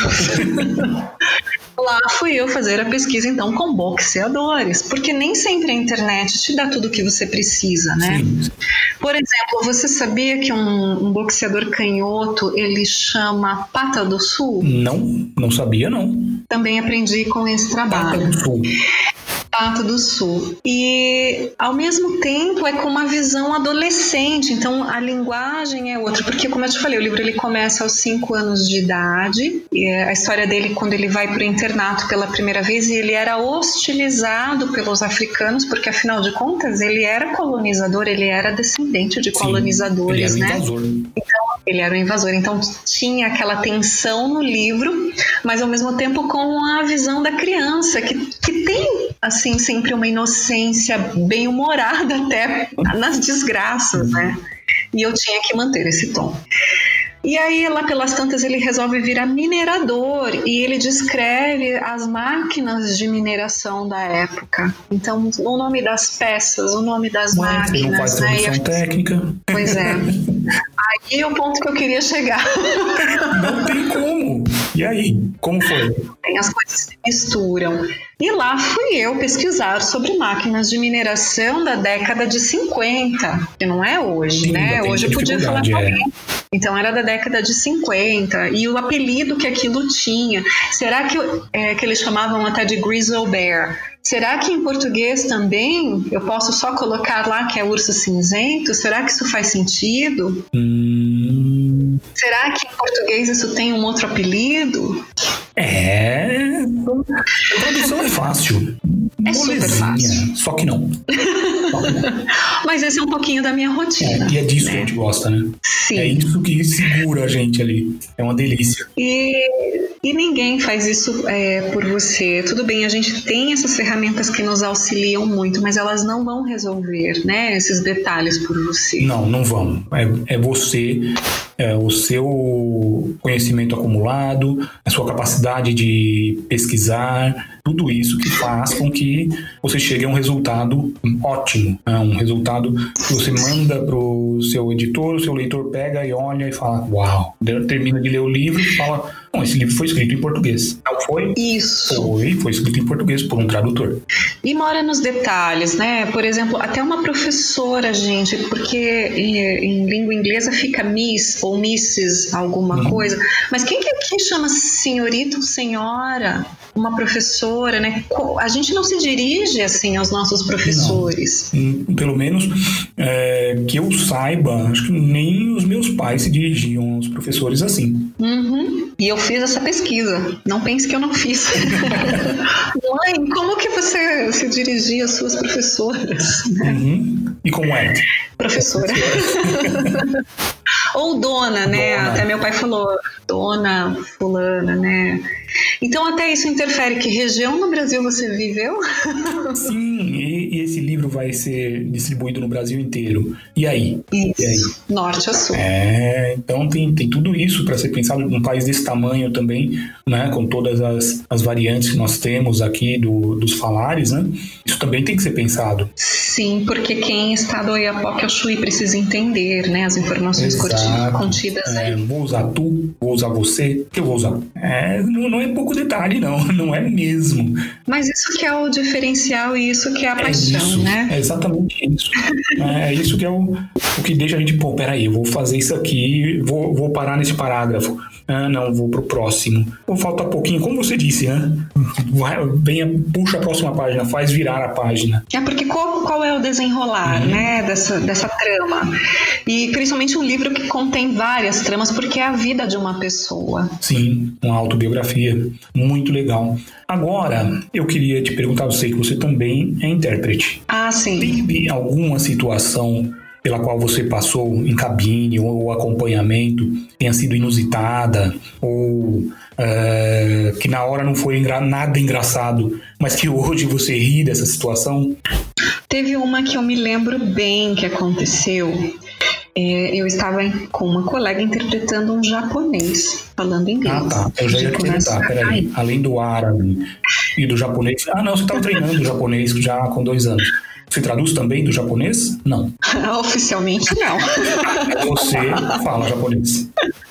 Lá fui eu fazer a pesquisa, então, com boxeadores, porque nem sempre a internet te dá tudo o que você precisa, né? Sim. Por exemplo, você sabia que um, um boxeador canhoto, ele chama Pata do Sul? Não, não sabia, não. Também aprendi com esse trabalho. Pata do Sul. Pata do Sul. E, ao mesmo tempo, é com uma visão adolescente. Então, a linguagem é outra. Porque, como eu te falei, o livro ele começa aos cinco anos de idade. E a história dele, quando ele vai para o internato pela primeira vez, e ele era hostilizado pelos africanos, porque, afinal de contas, ele era colonizador, ele era descendente de colonizadores, Sim, ele era né? invasor. Então, ele era um invasor. Então, tinha aquela tensão no livro, mas, ao mesmo tempo, com a visão da criança, que, que tem, assim, sempre uma inocência bem humorada até nas desgraças, né? E eu tinha que manter esse tom. E aí, lá pelas tantas, ele resolve virar minerador e ele descreve as máquinas de mineração da época. Então, o nome das peças, o nome das Mas máquinas... Ele não faz tradução né? técnica. Pois é. Aí é o ponto que eu queria chegar. Não tem como. E aí, como foi? As coisas se misturam. E lá fui eu pesquisar sobre máquinas de mineração da década de cinquenta, que não é hoje, Sim, né? Hoje eu podia falar com alguém. É. Então era da década de cinquenta, e o apelido que aquilo tinha. Será que, é, que eles chamavam até de Grizzle Bear? Será que em português também eu posso só colocar lá que é urso cinzento? Será que isso faz sentido? Hum... Será que em português isso tem um outro apelido? É... A tradução é fácil. É super fácil. Só que não. Mas esse é um pouquinho da minha rotina. É, e é disso né? que a gente gosta, né? Sim. É isso que segura a gente ali. É uma delícia. E, e ninguém faz isso é, por você. Tudo bem, a gente tem essas ferramentas que nos auxiliam muito, mas elas não vão resolver, né, esses detalhes por você. Não, não vão. É, é você, é o seu conhecimento acumulado, a sua capacidade de pesquisar, tudo isso que faz com que você chegue a um resultado ótimo, né? Um resultado que você manda pro seu editor, o seu leitor pega e olha e fala, uau, termina de ler o livro e fala, não, esse livro foi escrito em português. Não foi? Isso. Foi, foi escrito em português por um tradutor. E mora nos detalhes, né? Por exemplo, até uma professora, gente, porque em, em língua inglesa fica miss ou missus alguma uhum. coisa, mas quem que aqui chama senhorita ou senhora? Uma professora, né? A gente não se dirige assim aos nossos professores. Não. Pelo menos é, que eu saiba, acho que nem os meus pais se dirigiam aos professores assim. Uhum. E eu fiz essa pesquisa. Não pense que eu não fiz. Mãe, como que você se dirigia às suas professoras? Uhum. E como é? Professora. Ou dona, né? Dona. Até meu pai falou, dona fulana, né? Então até isso interfere. Que região no Brasil você viveu? Sim, e, e esse livro vai ser distribuído no Brasil inteiro. E aí? Isso, e aí? Norte a sul. É, então tem, tem tudo isso para ser pensado num país desse tamanho também, né? Com todas as, as variantes que nós temos aqui do, dos falares, né? Isso também tem que ser pensado. Sim, porque quem está do Oiapoque ao Chuí precisa entender, né? As informações Exato. Exato. contidas é, aí. Vou usar tu, vou usar você, que eu vou usar. É, não, não é pouco detalhe, não. Não é mesmo. Mas isso que é o diferencial e isso que é a É paixão, isso, né? É exatamente isso. É isso que é o, o que deixa a gente, pô, peraí, eu vou fazer isso aqui, vou, vou parar nesse parágrafo. Ah, não, vou pro próximo. Pô, falta pouquinho, como você disse, né? Vai, venha, puxa a próxima página, faz virar a página. É porque qual, qual é o desenrolar, Uhum. né, dessa, dessa trama? E principalmente um livro que contém várias tramas, porque é a vida de uma pessoa. Sim, uma autobiografia. Muito legal. Agora, eu queria te perguntar, eu sei que você também é intérprete. Ah, sim. Teve alguma situação pela qual você passou em cabine ou acompanhamento tenha sido inusitada ou é, que na hora não foi engra- nada engraçado, mas que hoje você ri dessa situação? Teve uma que eu me lembro bem que aconteceu. É, eu estava com uma colega interpretando um japonês, falando inglês. Ah, tá. Eu já ia te perguntar, peraí. Além do árabe e do japonês... Ah, não, você estava treinando o japonês já com dois anos. Você traduz também do japonês? Não. Oficialmente, não. Você fala japonês.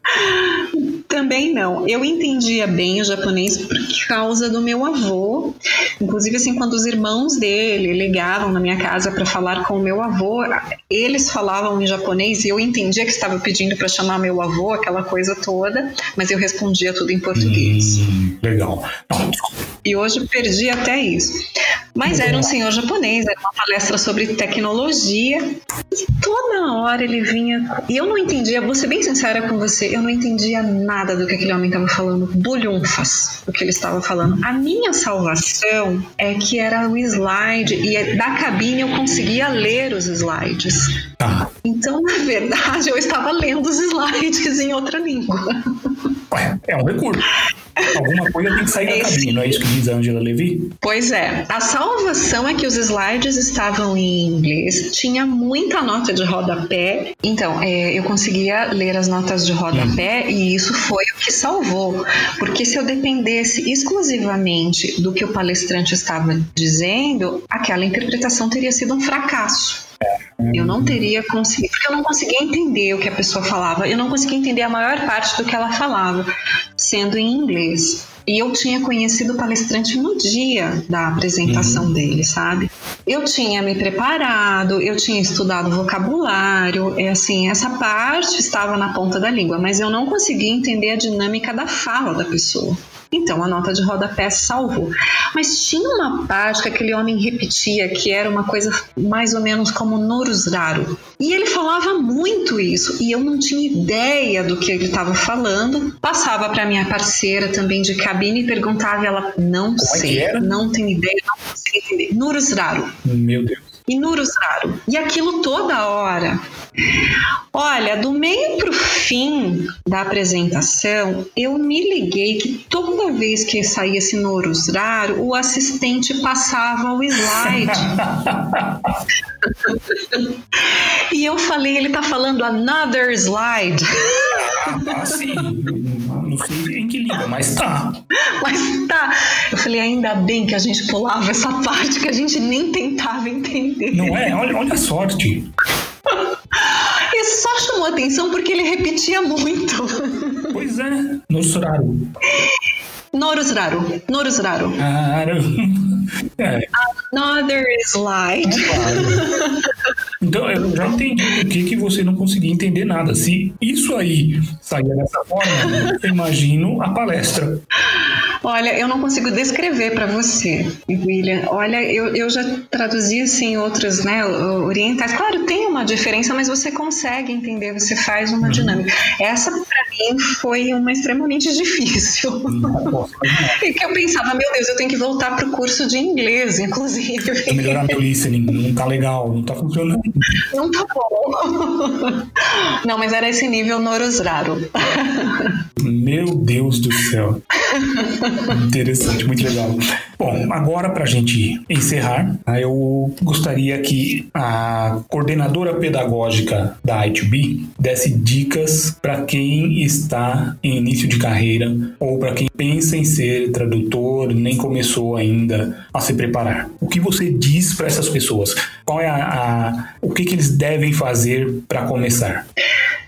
Também não. Eu entendia bem o japonês por causa do meu avô. Inclusive, assim, quando os irmãos dele ligavam na minha casa para falar com o meu avô, eles falavam em japonês e eu entendia que estava pedindo para chamar meu avô, aquela coisa toda, mas eu respondia tudo em português. Hum, legal. Não. E hoje perdi até isso. Mas era um senhor japonês, era uma palestra sobre tecnologia. E toda hora ele vinha... E eu não entendia, vou ser bem sincera com você, eu não entendia nada do que aquele homem estava falando. Bulhunfas, o que ele estava falando. A minha salvação é que era o slide, e da cabine eu conseguia ler os slides. Ah. Então, na verdade, eu estava lendo os slides em outra língua. Ué, é um recurso. Alguma coisa tem que sair da cabine, não é isso que diz a Angela Levy? Pois é. A salvação é que os slides estavam em inglês, tinha muita nota de rodapé, então é, eu conseguia ler as notas de rodapé hum. e isso foi o que salvou. Porque se eu dependesse exclusivamente do que o palestrante estava dizendo, aquela interpretação teria sido um fracasso. Eu não teria conseguido, porque eu não conseguia entender o que a pessoa falava, eu não conseguia entender a maior parte do que ela falava, sendo em inglês. E eu tinha conhecido o palestrante no dia da apresentação uhum. dele, sabe? Eu tinha me preparado, eu tinha estudado vocabulário, é assim, essa parte estava na ponta da língua, mas eu não conseguia entender a dinâmica da fala da pessoa. Então, a nota de rodapé salvou. Mas tinha uma parte que aquele homem repetia, que era uma coisa mais ou menos como Norusraru. E ele falava muito isso, e eu não tinha ideia do que ele estava falando. Passava para minha parceira também de cabine e perguntava, e ela, não Como sei, é que era? não tenho ideia, não consigo entender. Norusraru. Meu Deus. E Norusraru. E aquilo toda hora. Olha, do meio pro fim da apresentação, eu me liguei que toda vez que saía esse Norusraru, o assistente passava o slide. E eu falei, ele tá falando another slide. Ah, sim. Não sei em que língua, mas tá. Mas tá. Eu falei, ainda bem que a gente pulava essa parte que a gente nem tentava entender. Não é? Olha, olha a sorte. E só chamou atenção porque ele repetia muito. Pois é, Norusraru. Norusraru. Norusraru. É. Another slide. Claro. Então, eu já entendi por que, que você não conseguia entender nada. Se isso aí saía dessa forma, eu imagino a palestra. Olha, eu não consigo descrever para você, William. Olha, eu, eu já traduzi assim outros, né, orientais. Claro, tem uma diferença, mas você consegue entender, você faz uma uhum. dinâmica. Essa, para mim, foi uma extremamente difícil. Uhum. E que eu pensava, meu Deus, eu tenho que voltar pro curso de inglês, inclusive. Vou melhorar meu listening, não tá legal, não tá funcionando. Não tá bom. Não, mas era esse nível Norusraru. Meu Deus do céu. Interessante, muito legal. Bom, agora pra gente encerrar, eu gostaria que a coordenadora pedagógica da I dois B desse dicas para quem está em início de carreira ou para quem pensa em ser tradutor, nem começou ainda a se preparar. O que você diz para essas pessoas? Qual é a, a o que, que eles devem fazer para começar?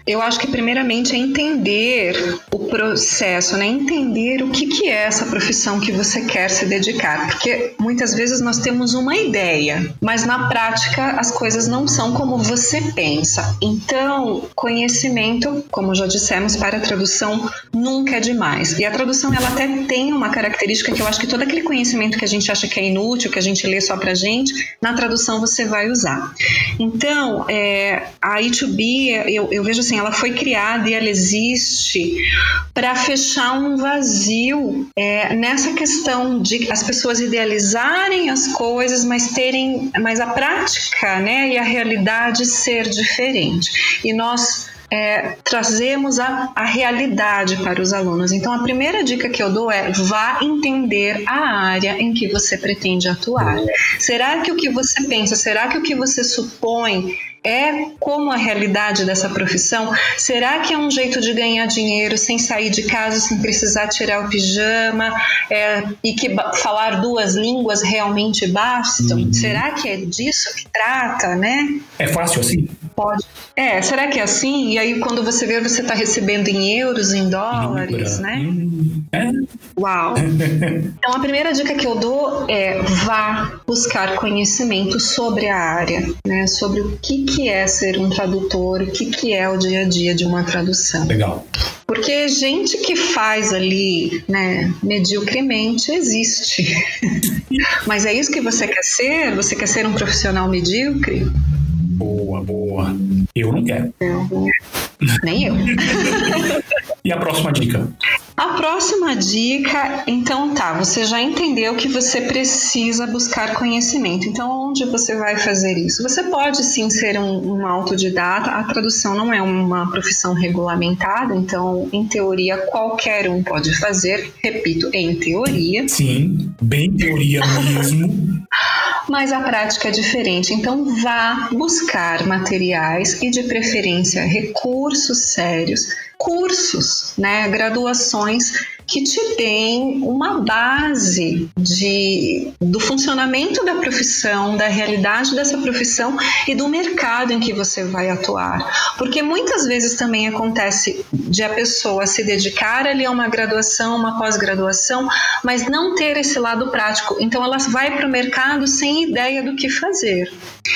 Eu acho que primeiramente é entender o processo, né? Entender o que, que é essa profissão que você quer se dedicar, porque muitas vezes nós temos uma ideia, mas na prática as coisas não são como você pensa. Então, conhecimento, como já dissemos, para a tradução nunca é demais. E a tradução, ela até tem uma característica que eu acho que todo aquele conhecimento que a gente acha que é inútil, que a gente lê só pra gente, na tradução você vai usar. Então, é, a E dois B, eu, eu vejo assim, ela foi criada e ela existe para fechar um vazio é, nessa questão de as pessoas idealizarem as coisas, mas terem, mas a prática, né, e a realidade ser diferente. E nós É, trazemos a, a realidade para os alunos. Então, a primeira dica que eu dou é: vá entender a área em que você pretende atuar. Será que o que você pensa, será que o que você supõe é como a realidade dessa profissão? Será que é um jeito de ganhar dinheiro sem sair de casa, sem precisar tirar o pijama, é, e que falar duas línguas realmente bastam? Uhum. Será que é disso que trata, né? É fácil assim? Pode. É, será que é assim? E aí quando você vê, você está recebendo em euros, em dólares, né? Hum, é. Uau! Então a primeira dica que eu dou é: vá buscar conhecimento sobre a área, né? Sobre o que, que é ser um tradutor, o que, que é o dia a dia de uma tradução. Legal. Porque gente que faz ali, né, mediocremente, existe. Mas é isso que você quer ser? Você quer ser um profissional medíocre? Boa, boa. Eu não quero. Não, nem eu. E a próxima dica? A próxima dica, então tá, você já entendeu que você precisa buscar conhecimento. Então, onde você vai fazer isso? Você pode sim ser um, um autodidata. A tradução não é uma profissão regulamentada, então, em teoria, qualquer um pode fazer. Repito, em teoria. Sim, bem teoria mesmo. Mas a prática é diferente. Então, vá buscar materiais e, de preferência, recursos sérios, cursos, né, graduações que te deem uma base de, do funcionamento da profissão, da realidade dessa profissão e do mercado em que você vai atuar. Porque muitas vezes também acontece de a pessoa se dedicar ali a uma graduação, uma pós-graduação, mas não ter esse lado prático. Então ela vai para o mercado sem ideia do que fazer.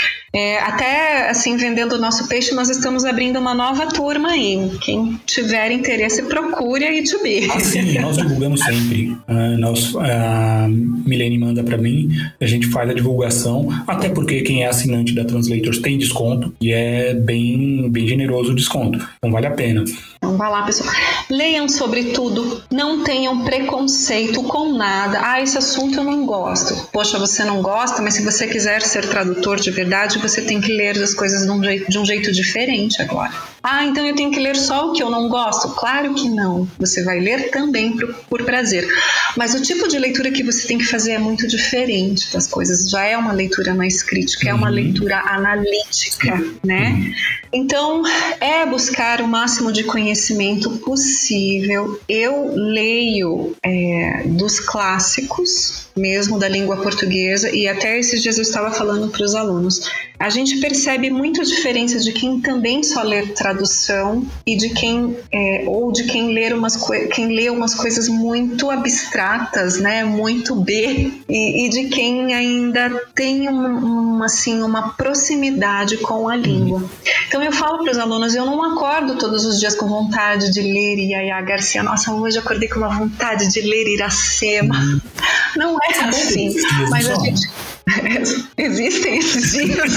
É, até assim, vendendo o nosso peixe, nós estamos abrindo uma nova turma aí. Quem tiver interesse, procure a E dois B. Ah, sim, nós divulgamos sempre. Uh, nós, a Milene manda para mim, a gente faz a divulgação, até porque quem é assinante da Translators tem desconto e é bem, bem generoso o desconto. Então vale a pena. Então vai lá, pessoal. Leiam sobre tudo, não tenham preconceito com nada. Ah, esse assunto eu não gosto. Poxa, você não gosta, mas se você quiser ser tradutor de verdade, você tem que ler as coisas de um jeito, de um jeito diferente agora. Ah, então eu tenho que ler só o que eu não gosto? Claro que não. Você vai ler também por, por prazer. Mas o tipo de leitura que você tem que fazer é muito diferente das coisas. Já é uma leitura mais crítica, é uma leitura analítica, né? Então, é buscar o máximo de conhecimento possível. Eu leio é, dos clássicos, mesmo da língua portuguesa, e até esses dias eu estava falando para os alunos. A gente percebe muito a diferença de quem também só lê tradução e de quem é, ou de quem lê umas quem lê umas coisas muito abstratas, né, muito B, e, e de quem ainda tem um, um, assim, uma proximidade com a língua. Então eu falo para os alunos, eu não acordo todos os dias com vontade de ler Yaya Garcia. Nossa, hoje eu acordei com uma vontade de ler Iracema. Não é assim, mas a gente... Existem esses dias.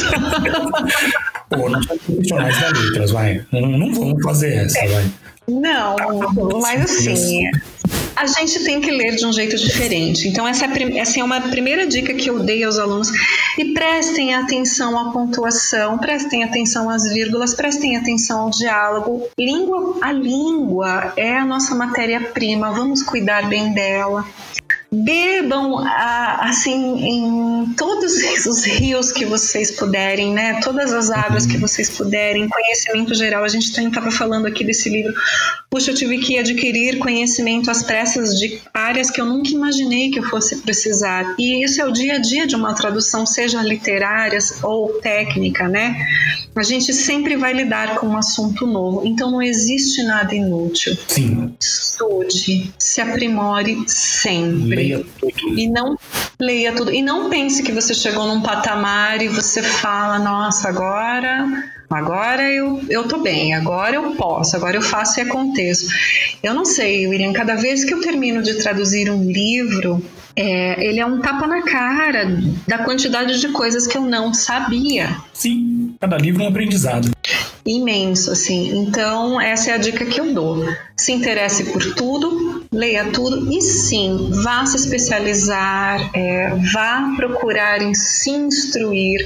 Pô, nós somos profissionais da letras, vai. Não, não vamos fazer essa, é. vai. Não, mas assim, a gente tem que ler de um jeito diferente. Então essa é, essa é uma primeira dica que eu dei aos alunos. E prestem atenção à pontuação, prestem atenção às vírgulas, prestem atenção ao diálogo. Língua, a língua é a nossa matéria-prima, vamos cuidar bem dela. Bebam assim em todos os rios que vocês puderem, né? Todas as águas que vocês puderem, conhecimento geral. A gente estava falando aqui desse livro puxa, eu tive que adquirir conhecimento às pressas de áreas que eu nunca imaginei que eu fosse precisar. E isso é o dia a dia de uma tradução, seja literária ou técnica, né? A gente sempre vai lidar com um assunto novo, então não existe nada inútil. Sim. Estude, se aprimore sempre. Leia tudo. E não leia tudo. E não pense que você chegou num patamar e você fala, nossa, agora... Agora eu, eu tô bem, agora eu posso, agora eu faço e aconteço. Eu não sei, William, cada vez que eu termino de traduzir um livro, é, ele é um tapa na cara da quantidade de coisas que eu não sabia. Sim, cada livro é um aprendizado. Imenso, assim. Então, essa é a dica que eu dou. Se interesse por tudo, leia tudo e sim, vá se especializar, é, vá procurar em se instruir,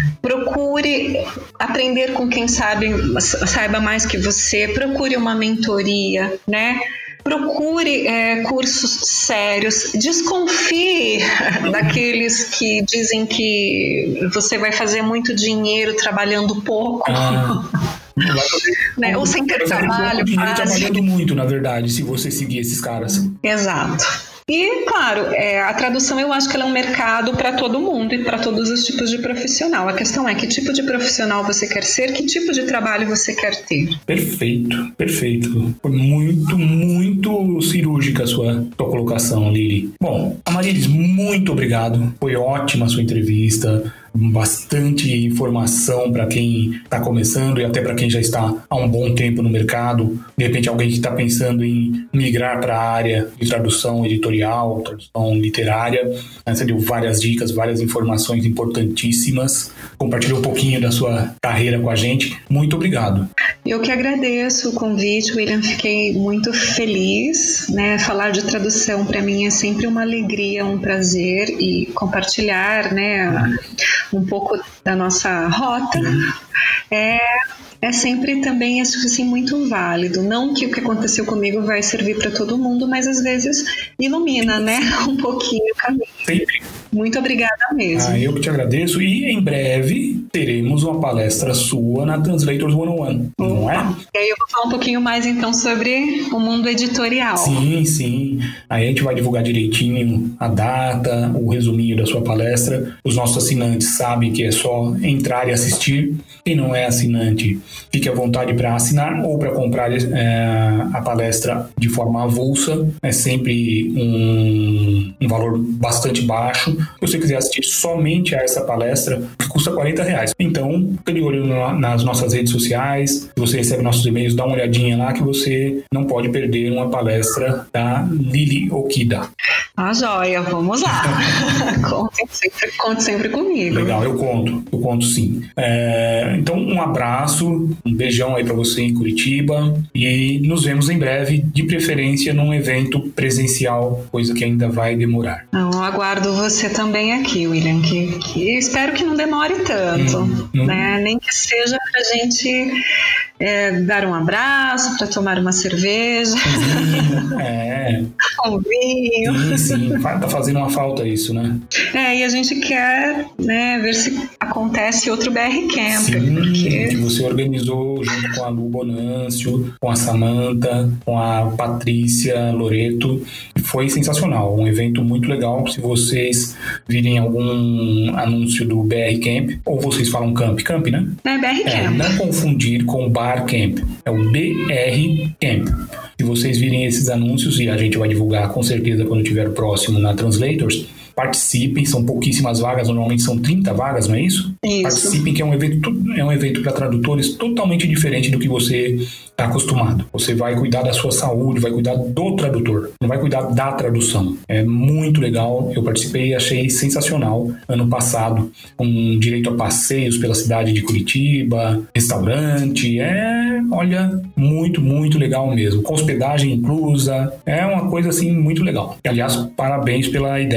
procure aprender com quem sabe, saiba mais que você, procure uma mentoria, né? Procure é, cursos sérios, desconfie daqueles que dizem que você vai fazer muito dinheiro trabalhando pouco. Ah, vai fazer, né? Ou sem ter trabalho. Dinheiro trabalhando muito, na verdade, se você seguir esses caras. Exato. E, claro, é, a tradução eu acho que ela é um mercado para todo mundo e para todos os tipos de profissional. A questão é que tipo de profissional você quer ser, que tipo de trabalho você quer ter. Perfeito, perfeito. Foi muito, muito cirúrgica a sua, sua colocação, Lili. Bom, Amarilis, muito obrigado. Foi ótima a sua entrevista. Bastante informação para quem está começando e até para quem já está há um bom tempo no mercado. De repente, alguém que está pensando em migrar para a área de tradução editorial, tradução literária. Você deu várias dicas, várias informações importantíssimas. Compartilhou um pouquinho da sua carreira com a gente. Muito obrigado. Eu que agradeço o convite, William. Fiquei muito feliz, né? Falar de tradução para mim é sempre uma alegria, um prazer, e compartilhar, né, um pouco da nossa rota é, é sempre também assim, muito válido. Não que o que aconteceu comigo vai servir para todo mundo, mas às vezes ilumina, né, um pouquinho o caminho. Sempre. Muito obrigada mesmo. Ah, eu que te agradeço, e em breve teremos uma palestra sua na Translators cento e um, não é? E aí eu vou falar um pouquinho mais então sobre o mundo editorial. Sim, sim. Aí a gente vai divulgar direitinho a data, o resuminho da sua palestra. Os nossos assinantes sabem que é só entrar e assistir. Quem não é assinante, fique à vontade para assinar ou para comprar é, a palestra de forma avulsa. É sempre um, um valor bastante baixo. Se você quiser assistir somente a essa palestra, custa quarenta reais. Então, fica de olho nas nossas redes sociais. Se você recebe nossos e-mails, dá uma olhadinha lá que você não pode perder uma palestra da Lili Okida. Ah, joia, vamos lá. conte, sempre, conte sempre comigo. Legal, eu conto, eu conto sim. É, então, um abraço, um beijão aí pra você em Curitiba e nos vemos em breve, de preferência num evento presencial, coisa que ainda vai demorar. Não, eu aguardo você também aqui, William, que, que espero que não demore tanto, hum, hum. né? Nem que seja pra gente é, dar um abraço, para tomar uma cerveja. Sim, é. Um vinho. Sim, sim. Tá fazendo uma falta isso, né? É, e a gente quer, né, ver se acontece outro B R Camp. Sim, porque... que você organizou junto com a Lu Bonâncio, com a Samantha, com a Patrícia Loreto. Foi sensacional, um evento muito legal. Se vocês virem algum anúncio do B R Camp, ou vocês falam Camp, Camp, né? É, B R Camp. É, não confundir com o Bar Camp, é o B R Camp. Se vocês virem esses anúncios, e a gente vai divulgar com certeza quando estiver próximo na Translators, participem, são pouquíssimas vagas, normalmente são trinta vagas, não é isso? Isso. Participem, que é um evento, é um evento para tradutores totalmente diferente do que você está acostumado. Você vai cuidar da sua saúde, vai cuidar do tradutor, não vai cuidar da tradução. É muito legal, eu participei e achei sensacional ano passado, com direito a passeios pela cidade de Curitiba, restaurante, é, olha, muito, muito legal mesmo. Com hospedagem inclusa, é uma coisa assim muito legal. E, aliás, parabéns pela ideia de você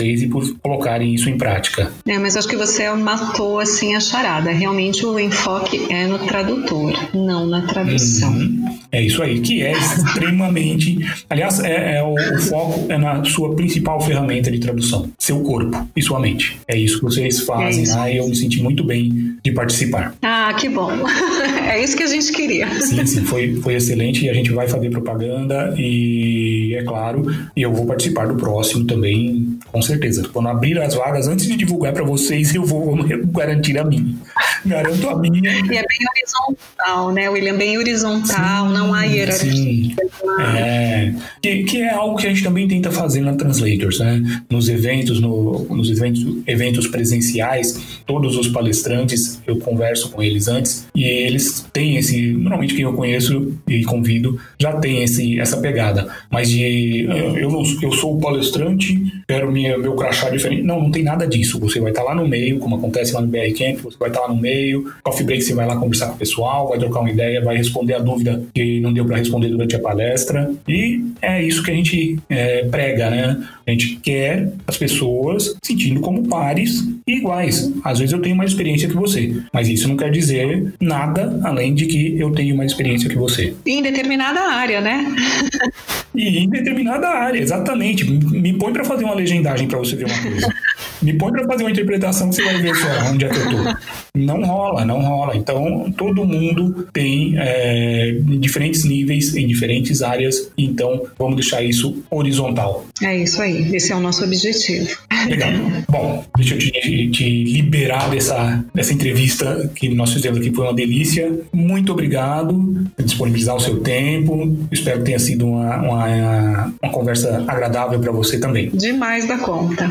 vocês e por colocarem isso em prática. É, mas acho que você matou assim a charada. Realmente o enfoque é no tradutor, não na tradução. Uhum. É isso aí, que é extremamente... Aliás, é, é o, o foco é na sua principal ferramenta de tradução, seu corpo e sua mente. É isso que vocês fazem lá é e eu me senti muito bem de participar. Ah, que bom. É isso que a gente queria. Sim, sim, foi, foi excelente e a gente vai fazer propaganda e, é claro, eu vou participar do próximo também, com certeza. Quando abrir as vagas, antes de divulgar para vocês, eu vou garantir a minha. Garanto a minha. E é bem horizontal, né, William? Bem horizontal, sim, não há hierarquia. Sim, é, que, que é algo que a gente também tenta fazer na Translators, né? Nos eventos, no, nos eventos, eventos presenciais, todos os palestrantes, eu converso com eles antes e eles têm esse, normalmente quem eu conheço e convido, já tem esse, essa pegada, mas de eu, não, eu sou o palestrante, quero minha, meu crachá diferente. Não, não tem nada disso. Você vai estar lá no meio, como acontece lá no B R Camp, você vai estar lá no meio, coffee break você vai lá conversar com o pessoal, vai trocar uma ideia, vai responder a dúvida que não deu para responder durante a palestra e é isso que a gente é, prega, né? A gente quer as pessoas sentindo como pares e iguais. Às vezes eu tenho mais experiência que você, mas isso não quer dizer nada além de que eu tenho mais experiência que você. Em determinada área, né? E em determinada área, exatamente. Me põe para fazer uma legendagem para você ver uma coisa. Me põe para fazer uma interpretação que você vai ver só onde é que eu tô. Não rola, não rola. Então, todo mundo tem é, diferentes níveis, em diferentes áreas. Então, vamos deixar isso horizontal. É isso aí. Esse é o nosso objetivo. Legal. Bom, deixa eu te, te liberar dessa, dessa entrevista que nós fizemos aqui. Foi uma delícia. Muito obrigado por disponibilizar o seu tempo. Espero que tenha sido uma, uma, uma conversa agradável para você também. Demais da conta.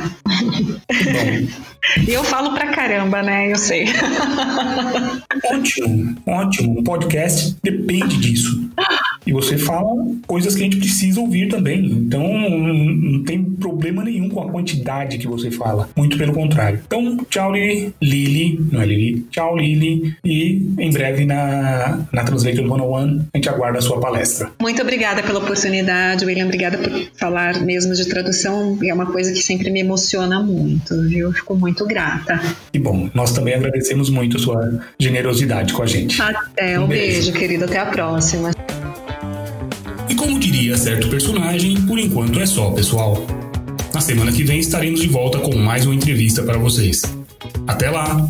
E eu falo pra caramba, né? Eu sei. Ótimo, ótimo. Um podcast depende disso. E você fala coisas que a gente precisa ouvir também. Então, não tem problema nenhum com a quantidade que você fala. Muito pelo contrário. Então, tchau, Lili. Lili, não é Lili. Tchau, Lili. E em breve na, na Translator cento e um, a gente aguarda a sua palestra. Muito obrigada pela oportunidade, William. Obrigada por falar mesmo de tradução. É uma coisa que sempre me emociona muito, viu? Fico muito grata. Que bom. Nós também agradecemos muito a sua generosidade com a gente. Até. Um, um beijo, beijo, querido. Até a próxima. E como diria certo personagem, por enquanto é só, pessoal. Na semana que vem estaremos de volta com mais uma entrevista para vocês. Até lá!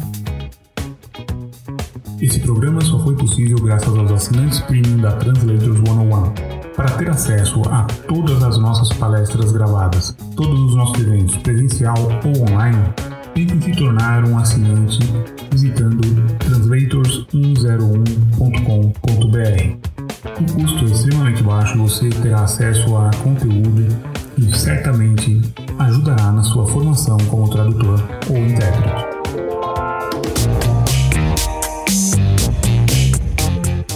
Esse programa só foi possível graças aos assinantes premium da Translators cento e um. Para ter acesso a todas as nossas palestras gravadas, todos os nossos eventos presencial ou online, tente se tornar um assinante visitando translators cento e um ponto com ponto b r. O custo é extremamente baixo, você terá acesso a conteúdo e certamente ajudará na sua formação como tradutor ou intérprete.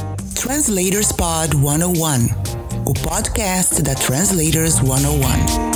Translators Pod cento e um, o podcast da Translators cento e um.